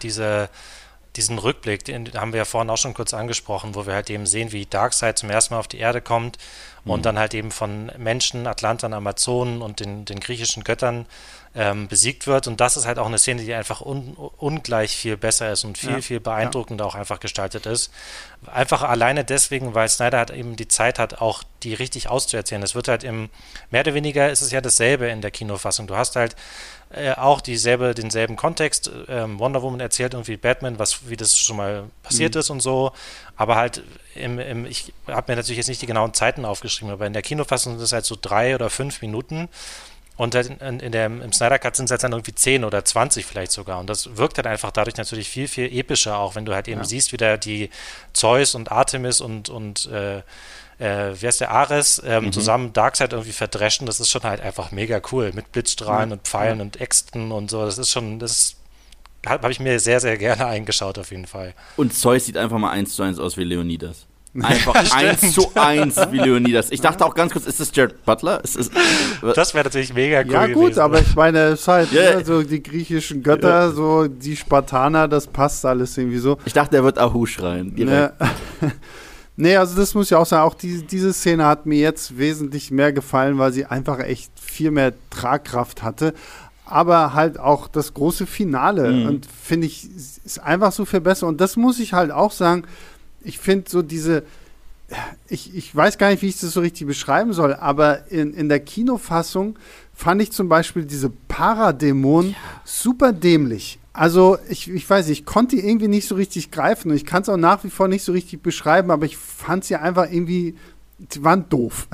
diesen Rückblick, den haben wir ja vorhin auch schon kurz angesprochen, wo wir halt eben sehen, wie Darkseid zum ersten Mal auf die Erde kommt und dann halt eben von Menschen, Atlantern, Amazonen und den griechischen Göttern besiegt wird. Und das ist halt auch eine Szene, die einfach ungleich viel besser ist und viel beeindruckender auch einfach gestaltet ist. Einfach alleine deswegen, weil Snyder halt eben die Zeit hat, auch die richtig auszuerzählen. Es wird halt mehr oder weniger ist es ja dasselbe in der Kinofassung. Du hast halt auch denselben Kontext. Wonder Woman erzählt irgendwie Batman, wie das schon mal passiert ist und so. Aber halt ich habe mir natürlich jetzt nicht die genauen Zeiten aufgeschrieben, aber in der Kinofassung sind es halt so 3 oder 5 Minuten. Und im Snyder Cut sind es halt dann irgendwie 10 oder 20 vielleicht sogar. Und das wirkt halt einfach dadurch natürlich viel, viel epischer, auch wenn du halt eben siehst, wie da die Zeus und Artemis und wie heißt der, Ares zusammen Darkseid irgendwie verdreschen. Das ist schon halt einfach mega cool. Mit Blitzstrahlen und Pfeilen und Äxten und so. Das habe ich mir sehr, sehr gerne eingeschaut auf jeden Fall. Und Zeus sieht einfach mal 1:1 aus wie Leonidas. Einfach 1:1 wie Leonidas. Ich dachte auch ganz kurz, ist das Jared Butler? Das wäre natürlich mega cool gewesen. Ja gut, aber ich meine, es ist halt so die griechischen Götter, so die Spartaner, das passt alles irgendwie so. Ich dachte, er wird Ahu schreien. Direkt. Nee, also das muss ich auch sagen, auch diese Szene hat mir jetzt wesentlich mehr gefallen, weil sie einfach echt viel mehr Tragkraft hatte. Aber halt auch das große Finale. Und finde ich, ist einfach so viel besser. Und das muss ich halt auch sagen, ich finde so ich weiß gar nicht, wie ich das so richtig beschreiben soll, aber in der Kinofassung fand ich zum Beispiel diese Paradämonen super dämlich. Also ich weiß nicht, ich konnte die irgendwie nicht so richtig greifen und ich kann es auch nach wie vor nicht so richtig beschreiben, aber ich fand sie einfach irgendwie, die waren doof.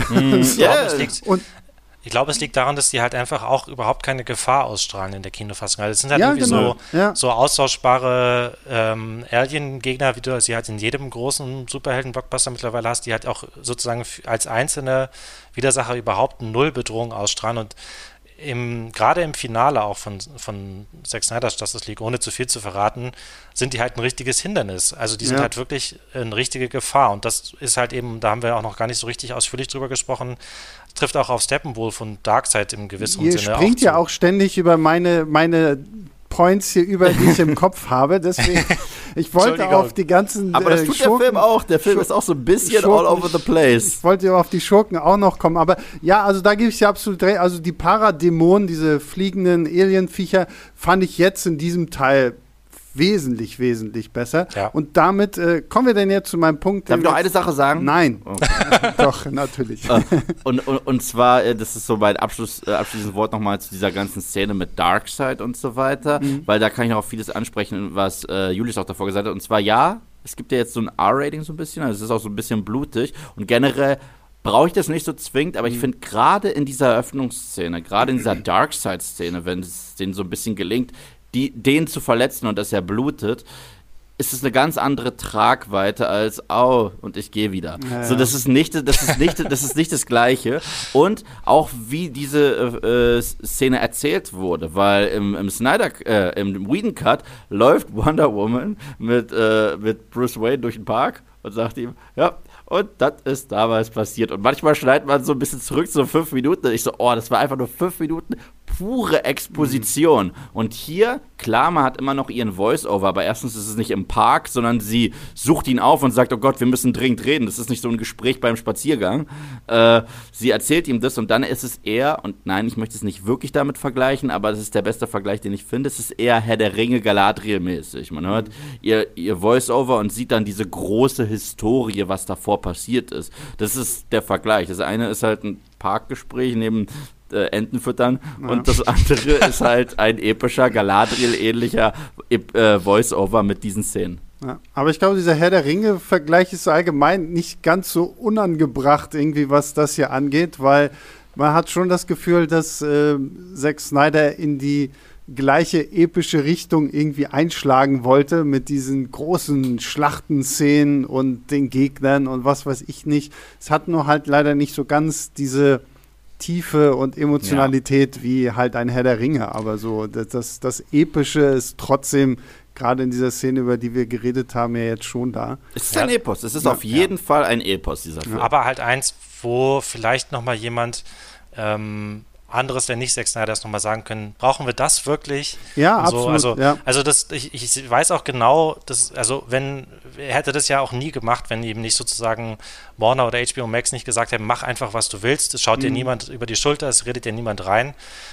Ich glaube, es liegt daran, dass die halt einfach auch überhaupt keine Gefahr ausstrahlen in der Kinofassung. Also es sind halt irgendwie so austauschbare Alien-Gegner, wie du sie halt in jedem großen Superhelden-Blockbuster mittlerweile hast, die halt auch sozusagen als einzelne Widersacher überhaupt null Bedrohung ausstrahlen. Und gerade im Finale auch von Zack Snyder's Justice League, ohne zu viel zu verraten, sind die halt ein richtiges Hindernis. Also die sind halt wirklich eine richtige Gefahr. Und das ist halt eben, da haben wir auch noch gar nicht so richtig ausführlich drüber gesprochen, trifft auch auf Steppenwolf und Darkseid im gewissen Sinne. Ihr springt ja auch ständig über meine Points hier über, die ich im Kopf habe. Deswegen, ich wollte auf die ganzen aber das tut Schurken, der Film auch. Der Film ist auch so ein bisschen all over the place. Ich wollte auf die Schurken auch noch kommen. Aber ja, also da gebe ich dir absolut recht. Also die Paradämonen, diese fliegenden Alienviecher, fand ich jetzt in diesem Teil wesentlich, wesentlich besser. Ja. Und damit kommen wir denn jetzt zu meinem Punkt. Darf ich noch eine Sache sagen? Nein. Okay. Doch, natürlich. Und zwar, das ist so mein abschließendes Wort nochmal zu dieser ganzen Szene mit Darkseid und so weiter, weil da kann ich noch auf vieles ansprechen, was Julius auch davor gesagt hat. Und zwar, ja, es gibt ja jetzt so ein R-Rating so ein bisschen, also es ist auch so ein bisschen blutig und generell brauche ich das nicht so zwingend, aber ich finde gerade in dieser Eröffnungsszene, gerade in dieser Darkseid-Szene, wenn es denen so ein bisschen gelingt, den zu verletzen und dass er blutet, ist es eine ganz andere Tragweite als und ich gehe wieder. Ja. So, das ist nicht das Gleiche. Und auch wie diese Szene erzählt wurde, weil im Whedon Cut läuft Wonder Woman mit Bruce Wayne durch den Park und sagt ihm, ja, und das ist damals passiert. Und manchmal schneidet man so ein bisschen zurück, so 5 Minuten. Und ich so, das war einfach nur 5 Minuten pure Exposition. Und hier, klar, man hat immer noch ihren Voice-Over, aber erstens ist es nicht im Park, sondern sie sucht ihn auf und sagt, oh Gott, wir müssen dringend reden. Das ist nicht so ein Gespräch beim Spaziergang. Sie erzählt ihm das und dann ist es eher, und nein, ich möchte es nicht wirklich damit vergleichen, aber das ist der beste Vergleich, den ich finde, es ist eher Herr der Ringe Galadriel-mäßig. Man hört ihr Voice-Over und sieht dann diese große Historie, was davor passiert ist. Das ist der Vergleich. Das eine ist halt ein Parkgespräch neben Enten füttern und das andere ist halt ein epischer, Galadriel-ähnlicher Voice-Over mit diesen Szenen. Ja, aber ich glaube, dieser Herr der Ringe-Vergleich ist allgemein nicht ganz so unangebracht irgendwie, was das hier angeht, weil man hat schon das Gefühl, dass Zack Snyder in die gleiche epische Richtung irgendwie einschlagen wollte mit diesen großen Schlachtenszenen und den Gegnern und was weiß ich nicht. Es hat nur halt leider nicht so ganz diese Tiefe und Emotionalität wie halt ein Herr der Ringe, aber so das Epische ist trotzdem gerade in dieser Szene, über die wir geredet haben, ja jetzt schon da. Es ist ein Epos, es ist auf jeden Fall ein Epos, dieser Film. Aber halt eins, wo vielleicht nochmal jemand anderes, der nicht Zack Snyder ist, nochmal sagen können, brauchen wir das wirklich? Ja, absolut. So, also ich weiß auch genau, er hätte das ja auch nie gemacht, wenn eben nicht sozusagen Warner oder HBO Max nicht gesagt hätten, mach einfach, was du willst, es schaut dir niemand über die Schulter, es redet dir niemand rein.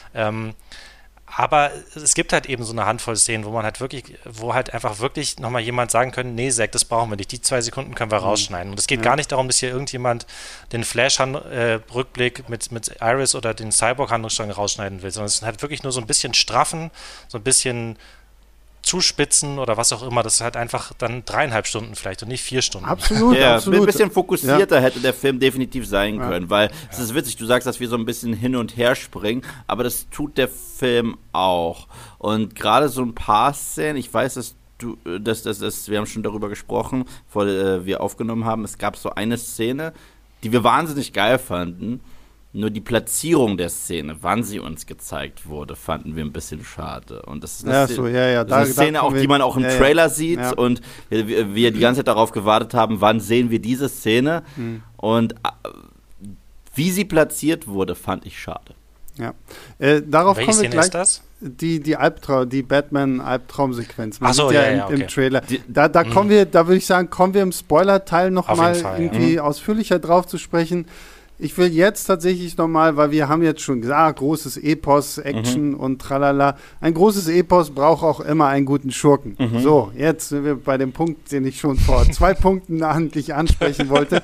Aber es gibt halt eben so eine Handvoll Szenen, wo halt einfach wirklich nochmal jemand sagen könnte, nee, Zack, das brauchen wir nicht, die 2 Sekunden können wir rausschneiden. Und es geht gar nicht darum, dass hier irgendjemand den Flash-Rückblick mit Iris oder den Cyborg-Handlungsstrang rausschneiden will, sondern es ist halt wirklich nur so ein bisschen straffen, so ein bisschen zuspitzen oder was auch immer, das ist halt einfach dann 3,5 Stunden vielleicht und nicht 4 Stunden. Absolut, absolut. Ein bisschen fokussierter hätte der Film definitiv sein können, weil es ist witzig, du sagst, dass wir so ein bisschen hin und her springen, aber das tut der Film auch. Und gerade so ein paar Szenen, ich weiß, dass wir haben schon darüber gesprochen, bevor wir aufgenommen haben, es gab so eine Szene, die wir wahnsinnig geil fanden. Nur die Platzierung der Szene, wann sie uns gezeigt wurde, fanden wir ein bisschen schade. Und das ist eine Szene, auch, die man auch im Trailer sieht. Ja. Und wir die ganze Zeit darauf gewartet haben, wann sehen wir diese Szene. Und wie sie platziert wurde, fand ich schade. Ja. Darauf welche kommen wir Szene gleich. Ist das? Die Batman-Albtraumsequenz. Ach so, im Trailer. Da würde ich sagen, kommen wir im Spoiler-Teil noch mal irgendwie ausführlicher drauf zu sprechen. Ich will jetzt tatsächlich nochmal, weil wir haben jetzt schon gesagt, großes Epos, Action und tralala. Ein großes Epos braucht auch immer einen guten Schurken. So, jetzt sind wir bei dem Punkt, den ich schon vor 2 Punkten eigentlich ansprechen wollte.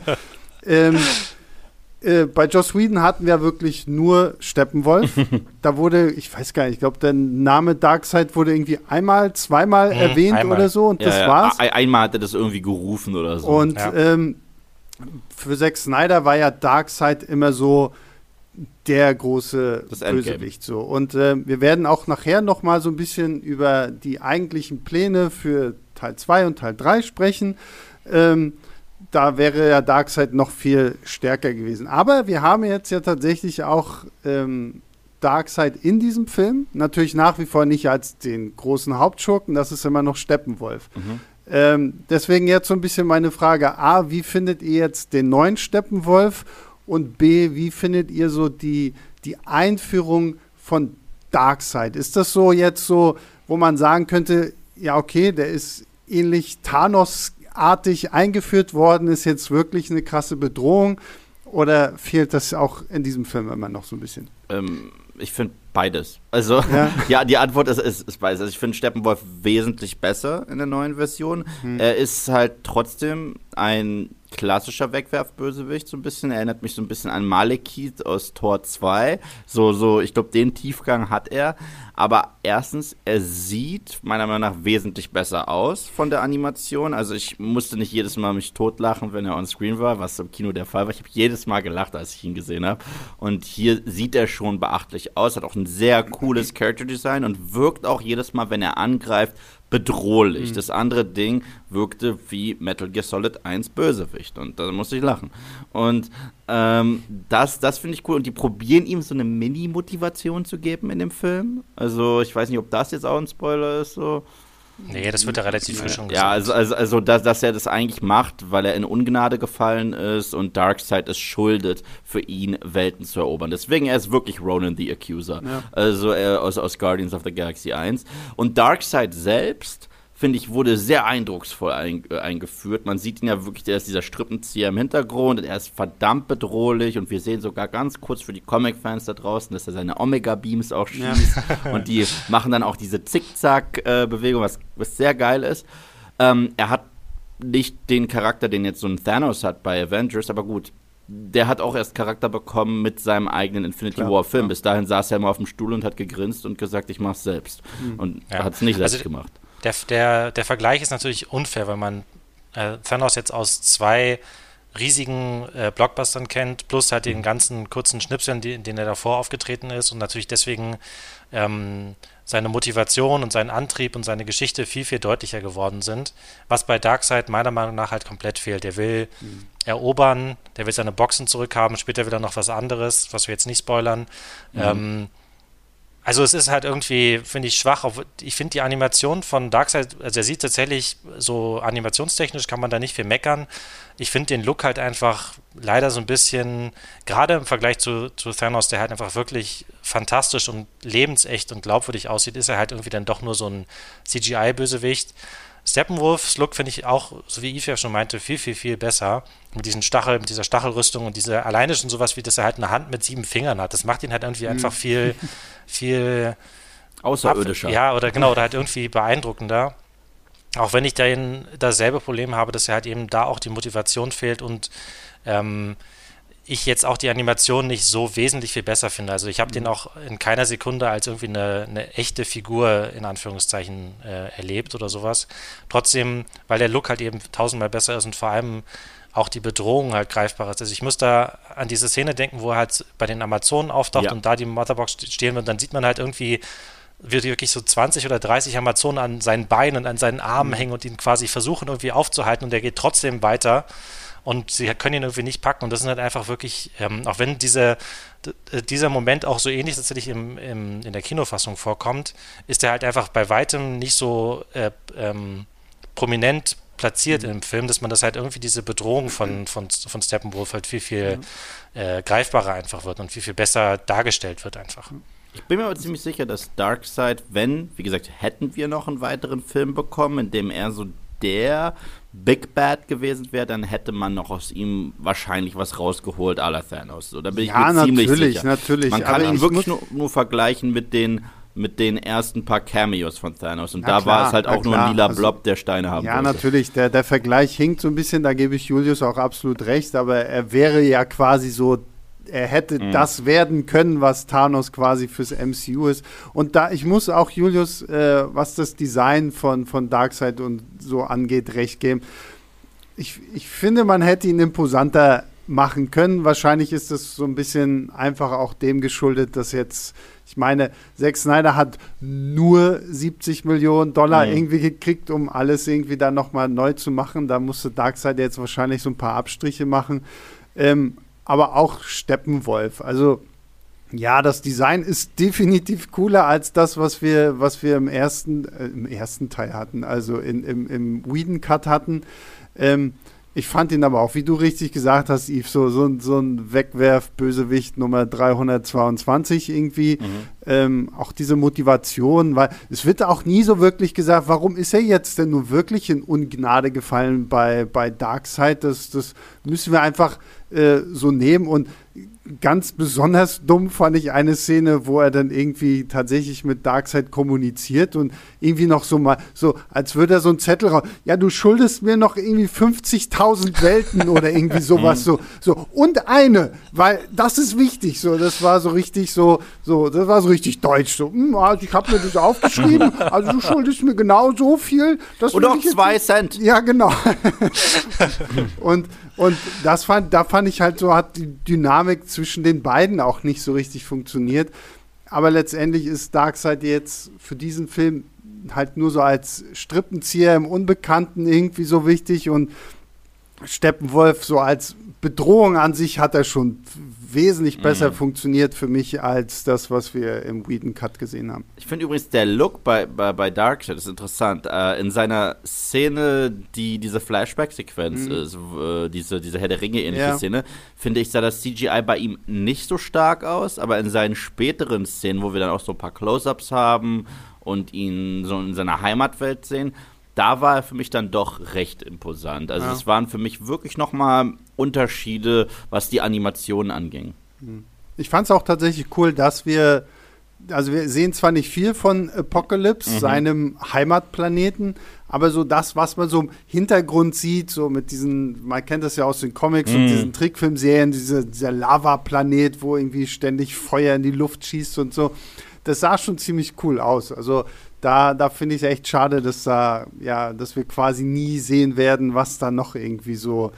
Bei Joss Whedon hatten wir wirklich nur Steppenwolf. Da wurde, ich weiß gar nicht, ich glaube, der Name Darkseid wurde irgendwie zweimal erwähnt oder so und das war's. Einmal hat er das irgendwie gerufen oder so. Und für Zack Snyder war ja Darkseid immer so der große Bösewicht. So. Und wir werden auch nachher noch mal so ein bisschen über die eigentlichen Pläne für Teil 2 und Teil 3 sprechen. Da wäre ja Darkseid noch viel stärker gewesen. Aber wir haben jetzt ja tatsächlich auch Darkseid in diesem Film. Natürlich nach wie vor nicht als den großen Hauptschurken, das ist immer noch Steppenwolf. Deswegen jetzt so ein bisschen meine Frage. A, wie findet ihr jetzt den neuen Steppenwolf? Und B, wie findet ihr so die Einführung von Darkseid? Ist das so jetzt so, wo man sagen könnte, ja okay, der ist ähnlich Thanos-artig eingeführt worden, ist jetzt wirklich eine krasse Bedrohung? Oder fehlt das auch in diesem Film immer noch so ein bisschen? Ich finde Beides. Also, ja, die Antwort ist beides. Also ich finde Steppenwolf wesentlich besser in der neuen Version. Er ist halt trotzdem ein klassischer Wegwerfbösewicht, so ein bisschen. Erinnert mich so ein bisschen an Malekith aus Tor 2. Ich glaube, den Tiefgang hat er. Aber erstens, er sieht meiner Meinung nach wesentlich besser aus von der Animation. Also ich musste nicht jedes Mal mich totlachen, wenn er on screen war, was im Kino der Fall war. Ich habe jedes Mal gelacht, als ich ihn gesehen habe. Und hier sieht er schon beachtlich aus, hat auch ein sehr cooles Character Design und wirkt auch jedes Mal, wenn er angreift, bedrohlich. Das andere Ding wirkte wie Metal Gear Solid 1 Bösewicht und da musste ich lachen. Und das finde ich cool und die probieren ihm so eine Mini-Motivation zu geben in dem Film. Also ich weiß nicht, ob das jetzt auch ein Spoiler ist, so. Nee, das wird ja relativ früh schon gesagt. Ja, also dass er das eigentlich macht, weil er in Ungnade gefallen ist und Darkseid es schuldet, für ihn Welten zu erobern. Deswegen, er ist wirklich Ronan the Accuser. Ja. Also aus Guardians of the Galaxy 1. Und Darkseid selbst, finde ich, wurde sehr eindrucksvoll eingeführt. Man sieht ihn ja wirklich, der ist dieser Strippenzieher im Hintergrund und er ist verdammt bedrohlich und wir sehen sogar ganz kurz für die Comic-Fans da draußen, dass er seine Omega-Beams auch schießt und die machen dann auch diese Zickzack-Bewegung, was sehr geil ist. Er hat nicht den Charakter, den jetzt so ein Thanos hat bei Avengers, aber gut, der hat auch erst Charakter bekommen mit seinem eigenen Infinity War-Film. Bis dahin saß er immer auf dem Stuhl und hat gegrinst und gesagt, ich mach's selbst. Und er hat es nicht selbst gemacht. Der Vergleich ist natürlich unfair, weil man Thanos jetzt aus 2 riesigen Blockbustern kennt, plus halt den ganzen kurzen Schnipseln, in denen er davor aufgetreten ist und natürlich deswegen seine Motivation und sein Antrieb und seine Geschichte viel, viel deutlicher geworden sind, was bei Darkseid meiner Meinung nach halt komplett fehlt. Der will erobern, der will seine Boxen zurückhaben, später will er noch was anderes, was wir jetzt nicht spoilern. Also es ist halt irgendwie, finde ich, schwach. Ich finde die Animation von Darkseid, also er sieht tatsächlich so animationstechnisch, kann man da nicht viel meckern. Ich finde den Look halt einfach leider so ein bisschen, gerade im Vergleich zu Thanos, der halt einfach wirklich fantastisch und lebensecht und glaubwürdig aussieht, ist er halt irgendwie dann doch nur so ein CGI-Bösewicht. Steppenwolfs Look finde ich auch, so wie Yves ja schon meinte, viel, viel, viel besser. Mit dieser Stachelrüstung und diese alleine schon sowas wie, dass er halt eine Hand mit 7 Fingern hat. Das macht ihn halt irgendwie einfach viel außerirdischer. Oder halt irgendwie beeindruckender. Auch wenn ich dasselbe Problem habe, dass er halt eben da auch die Motivation fehlt und ich jetzt auch die Animation nicht so wesentlich viel besser finde. Also ich habe den auch in keiner Sekunde als irgendwie eine echte Figur in Anführungszeichen erlebt oder sowas. Trotzdem, weil der Look halt eben 1000-mal besser ist und vor allem auch die Bedrohung halt greifbar ist. Also ich muss da an diese Szene denken, wo er halt bei den Amazonen auftaucht und da die Motherbox stehen wird, dann sieht man halt irgendwie, wie wirklich so 20 oder 30 Amazonen an seinen Beinen und an seinen Armen hängen und ihn quasi versuchen irgendwie aufzuhalten und der geht trotzdem weiter. Und sie können ihn irgendwie nicht packen. Und das sind halt einfach wirklich, auch wenn dieser Moment auch so ähnlich tatsächlich in der Kinofassung vorkommt, ist er halt einfach bei weitem nicht so prominent platziert im Film, dass man das halt irgendwie diese Bedrohung von Steppenwolf halt viel, viel greifbarer einfach wird und viel, viel besser dargestellt wird einfach. Ich bin mir aber ziemlich sicher, dass Darkseid, wie gesagt, hätten wir noch einen weiteren Film bekommen, in dem er so der Big Bad gewesen wäre, dann hätte man noch aus ihm wahrscheinlich was rausgeholt à la Thanos. So, da bin ich mir ziemlich sicher. Natürlich. Man kann ihn wirklich nur vergleichen mit den ersten paar Cameos von Thanos. Und war es halt auch nur ein lila Blob, der Steine haben wollte. Ja, natürlich. Der Vergleich hinkt so ein bisschen, da gebe ich Julius auch absolut recht, aber er wäre ja quasi so, er hätte das werden können, was Thanos quasi fürs MCU ist. Und ich muss auch Julius, was das Design von Darkseid und so angeht, recht geben. Ich finde, man hätte ihn imposanter machen können. Wahrscheinlich ist das so ein bisschen einfach auch dem geschuldet, dass jetzt, ich meine, Zack Snyder hat nur $70 Millionen irgendwie gekriegt, um alles irgendwie dann nochmal neu zu machen. Da musste Darkseid jetzt wahrscheinlich so ein paar Abstriche machen. Aber auch Steppenwolf. Also ja, das Design ist definitiv cooler als das, was wir im ersten Teil hatten, also im Whedon-Cut hatten. Ich fand ihn aber auch, wie du richtig gesagt hast, Yves, so ein Wegwerf-Bösewicht Nummer 322 irgendwie. auch diese Motivation, weil es wird auch nie so wirklich gesagt, warum ist er jetzt denn nun wirklich in Ungnade gefallen bei Darkseid? Das müssen wir einfach so nehmen. Und ganz besonders dumm fand ich eine Szene, wo er dann irgendwie tatsächlich mit Darkseid kommuniziert und irgendwie noch so mal, so als würde er so einen Zettel raus, ja, du schuldest mir noch irgendwie 50.000 Welten oder irgendwie sowas, so, und eine, weil das ist wichtig, so, das war so richtig das war so richtig deutsch, so, also ich habe mir das aufgeschrieben, also du schuldest mir genau so viel. Und auch 2 Cent. Ja, genau. und da fand ich halt so, hat die Dynamik zwischen den beiden auch nicht so richtig funktioniert. Aber letztendlich ist Darkseid jetzt für diesen Film halt nur so als Strippenzieher im Unbekannten irgendwie so wichtig und Steppenwolf so als Bedrohung an sich hat er schon wesentlich besser funktioniert für mich als das, was wir im Whedon Cut gesehen haben. Ich finde übrigens der Look bei Darkseid ist interessant. In seiner Szene, die diese Flashback-Sequenz ist, diese Herr der Ringe-ähnliche Szene, finde ich, sah das CGI bei ihm nicht so stark aus, aber in seinen späteren Szenen, wo wir dann auch so ein paar Close-Ups haben und ihn so in seiner Heimatwelt sehen, da war er für mich dann doch recht imposant. Also es waren für mich wirklich nochmal Unterschiede, was die Animationen anging. Ich fand es auch tatsächlich cool, dass wir sehen zwar nicht viel von Apocalypse, seinem Heimatplaneten, aber so das, was man so im Hintergrund sieht, so mit diesen, man kennt das ja aus den Comics und diesen Trickfilmserien, dieser Lavaplanet, wo irgendwie ständig Feuer in die Luft schießt und so, das sah schon ziemlich cool aus. Also da finde ich es echt schade, dass wir quasi nie sehen werden, was da noch irgendwie so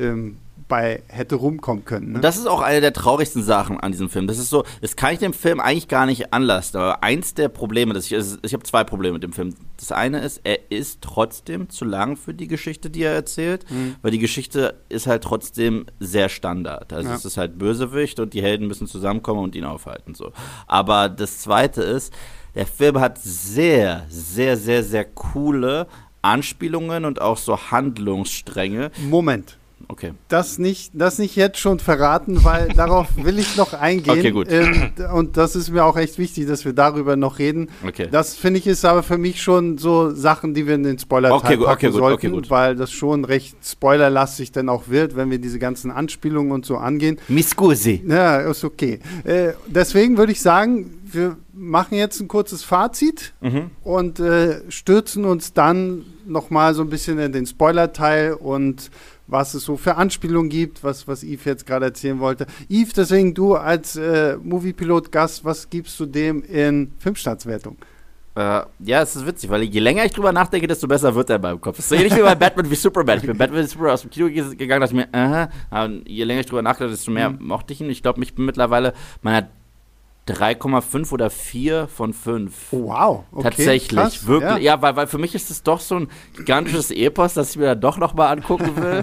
bei hätte rumkommen können. Ne? Und das ist auch eine der traurigsten Sachen an diesem Film. Das ist so, das kann ich dem Film eigentlich gar nicht anlasten. Aber eins der Probleme, ich habe 2 Probleme mit dem Film. Das eine ist, er ist trotzdem zu lang für die Geschichte, die er erzählt, weil die Geschichte ist halt trotzdem sehr Standard. Also es ist halt Bösewicht und die Helden müssen zusammenkommen und ihn aufhalten. So. Aber das zweite ist, der Film hat sehr, sehr, sehr, sehr coole Anspielungen und auch so Handlungsstränge. Moment. Okay. Das nicht jetzt schon verraten, weil darauf will ich noch eingehen. Okay, gut. Und das ist mir auch echt wichtig, dass wir darüber noch reden. Okay. Das, finde ich, ist aber für mich schon so Sachen, die wir in den Spoiler-Teil packen sollten, weil das schon recht spoilerlastig dann auch wird, wenn wir diese ganzen Anspielungen und so angehen. Mi scusi. Ja, ist okay. Deswegen würde ich sagen, wir machen jetzt ein kurzes Fazit und stürzen uns dann noch mal so ein bisschen in den Spoiler-Teil und was es so für Anspielungen gibt, was Yves jetzt gerade erzählen wollte. Yves, deswegen du als Moviepilot-Gast, was gibst du dem in Filmstartswertung? Ja, es ist witzig, weil je länger ich drüber nachdenke, desto besser wird er in meinem Kopf. Das ist so ähnlich wie bei Batman wie Superman. Ich bin Batman wie Superman aus dem Kino gegangen, dachte mir, und je länger ich drüber nachdenke, desto mehr mochte ich ihn. Ich glaube, ich bin mittlerweile meiner 3,5 oder 4 von 5. Oh, wow, okay, tatsächlich, krass, wirklich. Ja, weil für mich ist es doch so ein gigantisches Epos, das ich mir dann doch nochmal angucken will.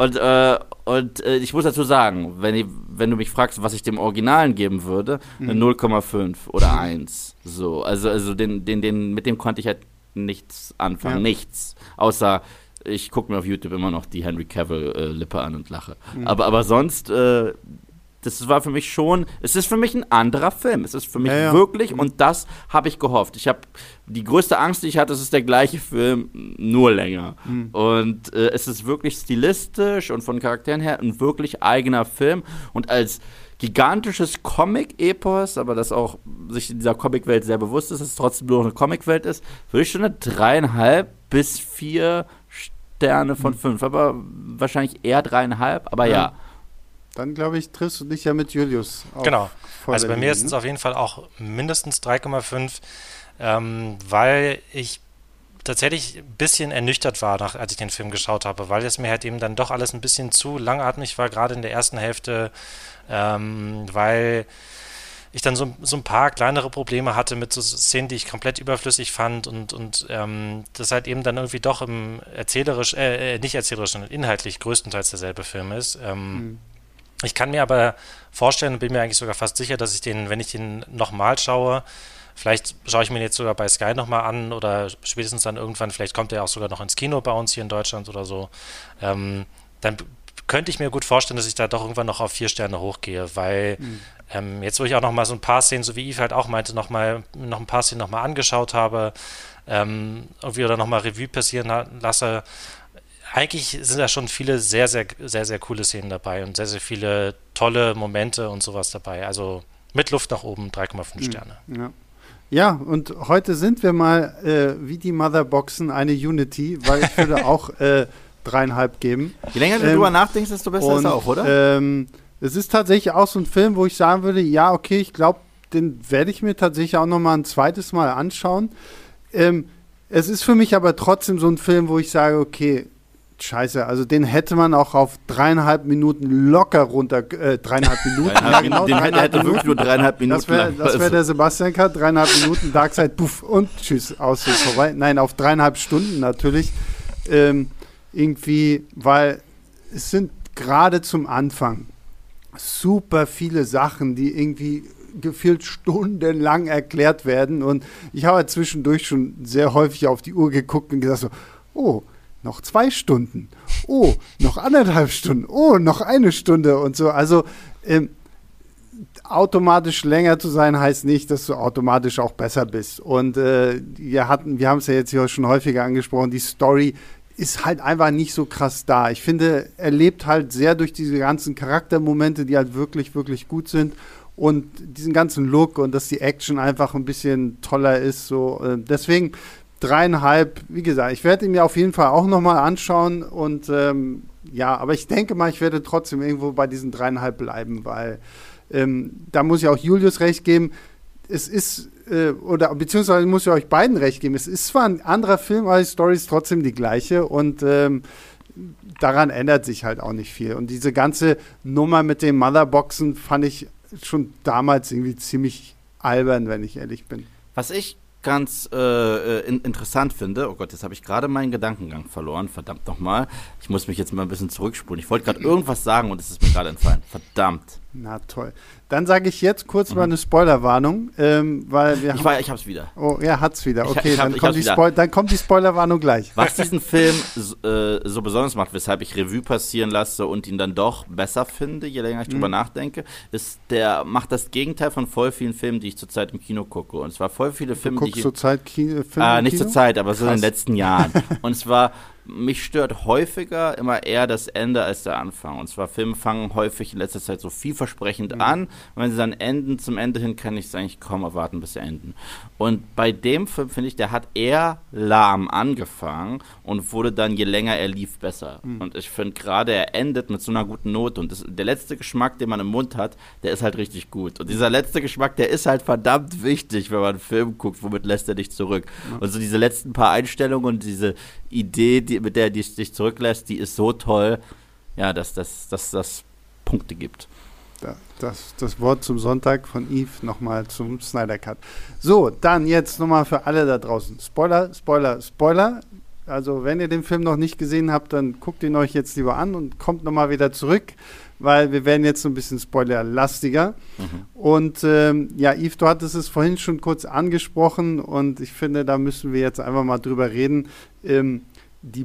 und ich muss dazu sagen, wenn du mich fragst, was ich dem Originalen geben würde, eine 0,5 oder 1. So, also mit dem konnte ich halt nichts anfangen, nichts. Außer ich gucke mir auf YouTube immer noch die Henry Cavill-Lippe an und lache. Aber sonst das war für mich es ist für mich ein anderer Film. Es ist für mich wirklich, und das habe ich gehofft. Die größte Angst, die ich hatte, es ist der gleiche Film, nur länger. Und es ist wirklich stilistisch und von Charakteren her ein wirklich eigener Film. Und als gigantisches Comic-Epos, aber das auch sich in dieser Comic-Welt sehr bewusst ist, dass es trotzdem nur eine Comic-Welt ist, würde ich schon eine 3,5 bis 4 Sterne von 5. Aber wahrscheinlich eher 3,5, aber ja. Dann, glaube ich, triffst du dich ja mit Julius. Genau. Also bei mir ist es auf jeden Fall auch mindestens 3,5, weil ich tatsächlich ein bisschen ernüchtert war, als ich den Film geschaut habe, weil es mir halt eben dann doch alles ein bisschen zu langatmig war, gerade in der ersten Hälfte, weil ich dann so ein paar kleinere Probleme hatte mit so Szenen, die ich komplett überflüssig fand und das halt eben dann irgendwie doch im nicht erzählerisch, sondern inhaltlich größtenteils derselbe Film ist. Ich kann mir aber vorstellen und bin mir eigentlich sogar fast sicher, dass wenn ich den nochmal schaue, vielleicht schaue ich mir jetzt sogar bei Sky nochmal an oder spätestens dann irgendwann, vielleicht kommt er auch sogar noch ins Kino bei uns hier in Deutschland oder so, dann könnte ich mir gut vorstellen, dass ich da doch irgendwann noch auf 4 Sterne hochgehe, weil jetzt, wo ich auch noch mal so ein paar Szenen, so wie Yves halt auch meinte, noch ein paar Szenen noch mal angeschaut habe, irgendwie oder noch mal Revue passieren lasse, eigentlich sind da schon viele sehr, sehr, sehr, sehr coole Szenen dabei und sehr, sehr viele tolle Momente und sowas dabei. Also mit Luft nach oben 3,5 Sterne. Ja. Ja, und heute sind wir mal wie die Motherboxen eine Unity, weil ich würde auch 3,5 geben. Je länger du drüber nachdenkst, desto besser ist er auch, oder? Es ist tatsächlich auch so ein Film, wo ich sagen würde, ja, okay, ich glaube, den werde ich mir tatsächlich auch noch mal ein zweites Mal anschauen. Es ist für mich aber trotzdem so ein Film, wo ich sage, okay, scheiße, also den hätte man auch auf 3,5 Minuten locker runter, 3,5 Minuten. Ja, genau, den hätte wirklich nur 3,5 Minuten. Das wäre der Sebastian Cut, 3,5 Minuten, Darkseid, puff, und tschüss, aus ist vorbei. Nein, auf 3,5 Stunden natürlich. Irgendwie, weil es sind gerade zum Anfang super viele Sachen, die irgendwie gefühlt stundenlang erklärt werden. Und ich habe halt zwischendurch schon sehr häufig auf die Uhr geguckt und gesagt so, oh, noch 2 Stunden. Oh, noch 1,5 Stunden. Oh, noch 1 Stunde und so. Also automatisch länger zu sein, heißt nicht, dass du automatisch auch besser bist. Und wir haben es ja jetzt hier schon häufiger angesprochen, die Story ist halt einfach nicht so krass da. Ich finde, er lebt halt sehr durch diese ganzen Charaktermomente, die halt wirklich, wirklich gut sind. Und diesen ganzen Look und dass die Action einfach ein bisschen toller ist. So, deswegen 3,5, wie gesagt, ich werde ihn mir auf jeden Fall auch nochmal anschauen. Und ja, aber ich denke mal, ich werde trotzdem irgendwo bei diesen 3,5 bleiben, weil da muss ich auch Julius recht geben. Es ist, beziehungsweise muss ich euch beiden recht geben, es ist zwar ein anderer Film, aber die Story ist trotzdem die gleiche und daran ändert sich halt auch nicht viel. Und diese ganze Nummer mit den Motherboxen fand ich schon damals irgendwie ziemlich albern, wenn ich ehrlich bin. Was ich ganz interessant finde, oh Gott, jetzt habe ich gerade meinen Gedankengang verloren, verdammt nochmal. Ich muss mich jetzt mal ein bisschen zurückspulen. Ich wollte gerade irgendwas sagen und es ist mir gerade entfallen. Verdammt. Na toll. Dann sage ich jetzt kurz mal eine Spoilerwarnung, weil wir ich hab's wieder. Oh, er hat's wieder. Okay, dann kommt die Spoilerwarnung gleich. Was diesen Film so besonders macht, weshalb ich Revue passieren lasse und ihn dann doch besser finde, je länger ich drüber nachdenke, ist, der macht das Gegenteil von voll vielen Filmen, die ich zurzeit im Kino gucke. Und zwar voll viele Filme, die ich... zurzeit Filme nicht zurzeit, aber so in den letzten Jahren. Und zwar... Mich stört häufiger immer eher das Ende als der Anfang. Und zwar Filme fangen häufig in letzter Zeit so vielversprechend an. Und wenn sie dann enden, zum Ende hin, kann ich es eigentlich kaum erwarten, bis sie enden. Und bei dem Film, finde ich, der hat eher lahm angefangen und wurde dann, je länger er lief, besser. Und ich finde gerade, er endet mit so einer guten Note. Und der letzte Geschmack, den man im Mund hat, der ist halt richtig gut. Und dieser letzte Geschmack, der ist halt verdammt wichtig, wenn man einen Film guckt, womit lässt er dich zurück. Und so diese letzten paar Einstellungen und diese Idee, mit der die dich zurücklässt, die ist so toll, ja, dass das Punkte gibt. Das Wort zum Sonntag von Yves nochmal zum Snyder Cut. So, dann jetzt nochmal für alle da draußen. Spoiler, Spoiler, Spoiler. Also wenn ihr den Film noch nicht gesehen habt, dann guckt ihn euch jetzt lieber an und kommt nochmal wieder zurück, weil wir werden jetzt so ein bisschen spoilerlastiger. Und ja, Yves, du hattest es vorhin schon kurz angesprochen und ich finde, da müssen wir jetzt einfach mal drüber reden. Die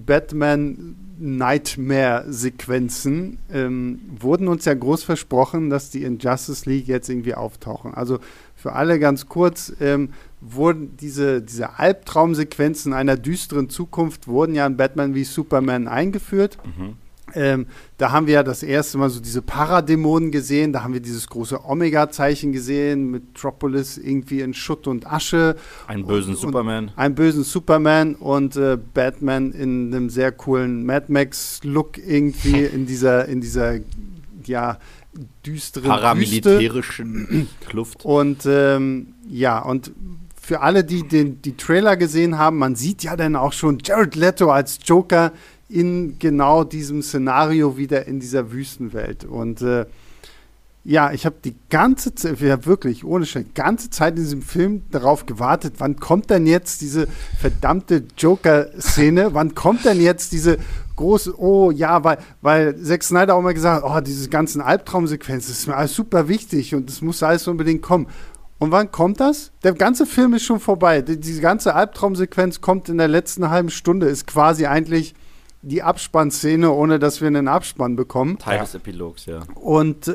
Batman-Nightmare-Sequenzen wurden uns ja groß versprochen, dass die in Justice League jetzt irgendwie auftauchen. Also für alle ganz kurz, wurden diese Albtraumsequenzen einer düsteren Zukunft wurden ja in Batman wie Superman eingeführt. Da haben wir ja das erste Mal so diese Paradämonen gesehen, da haben wir dieses große Omega-Zeichen gesehen, Metropolis irgendwie in Schutt und Asche. Einen bösen Superman. Einen bösen Superman und Batman in einem sehr coolen Mad Max-Look irgendwie in dieser ja, düsteren paramilitärischen Kluft. Und ja, und für alle, die die Trailer gesehen haben, man sieht ja dann auch schon Jared Leto als Joker in genau diesem Szenario wieder in dieser Wüstenwelt. Und ja, ich habe die ganze Zeit, ja wirklich, ohne Scheiß, ganze Zeit in diesem Film darauf gewartet, wann kommt denn jetzt diese verdammte Joker-Szene, wann kommt denn jetzt diese große, oh ja, weil Zack Snyder auch mal gesagt hat, oh, diese ganzen Albtraumsequenzen, das ist mir alles super wichtig und das muss alles unbedingt kommen. Und wann kommt das? Der ganze Film ist schon vorbei. Diese ganze Albtraumsequenz kommt in der letzten halben Stunde, ist quasi eigentlich die Abspannszene, ohne dass wir einen Abspann bekommen. Teil des Epilogs, ja. Und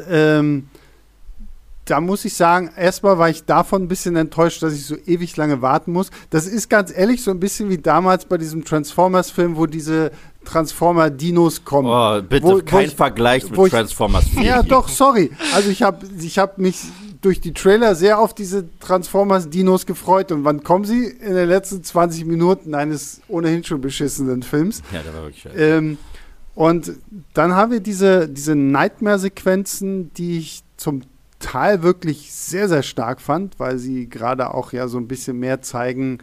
da muss ich sagen, erstmal war ich davon ein bisschen enttäuscht, dass ich so ewig lange warten muss. Das ist ganz ehrlich so ein bisschen wie damals bei diesem Transformers-Film, wo diese Transformer-Dinos kommen. Oh, bitte, kein Vergleich mit Transformers 4. Ja, doch, sorry. Also ich hab mich durch die Trailer sehr auf diese Transformers-Dinos gefreut. Und wann kommen sie? In den letzten 20 Minuten eines ohnehin schon beschissenen Films. Ja, der war wirklich scheiße. Und dann haben wir diese Nightmare-Sequenzen, die ich zum Teil wirklich sehr, sehr stark fand, weil sie gerade auch ja so ein bisschen mehr zeigen,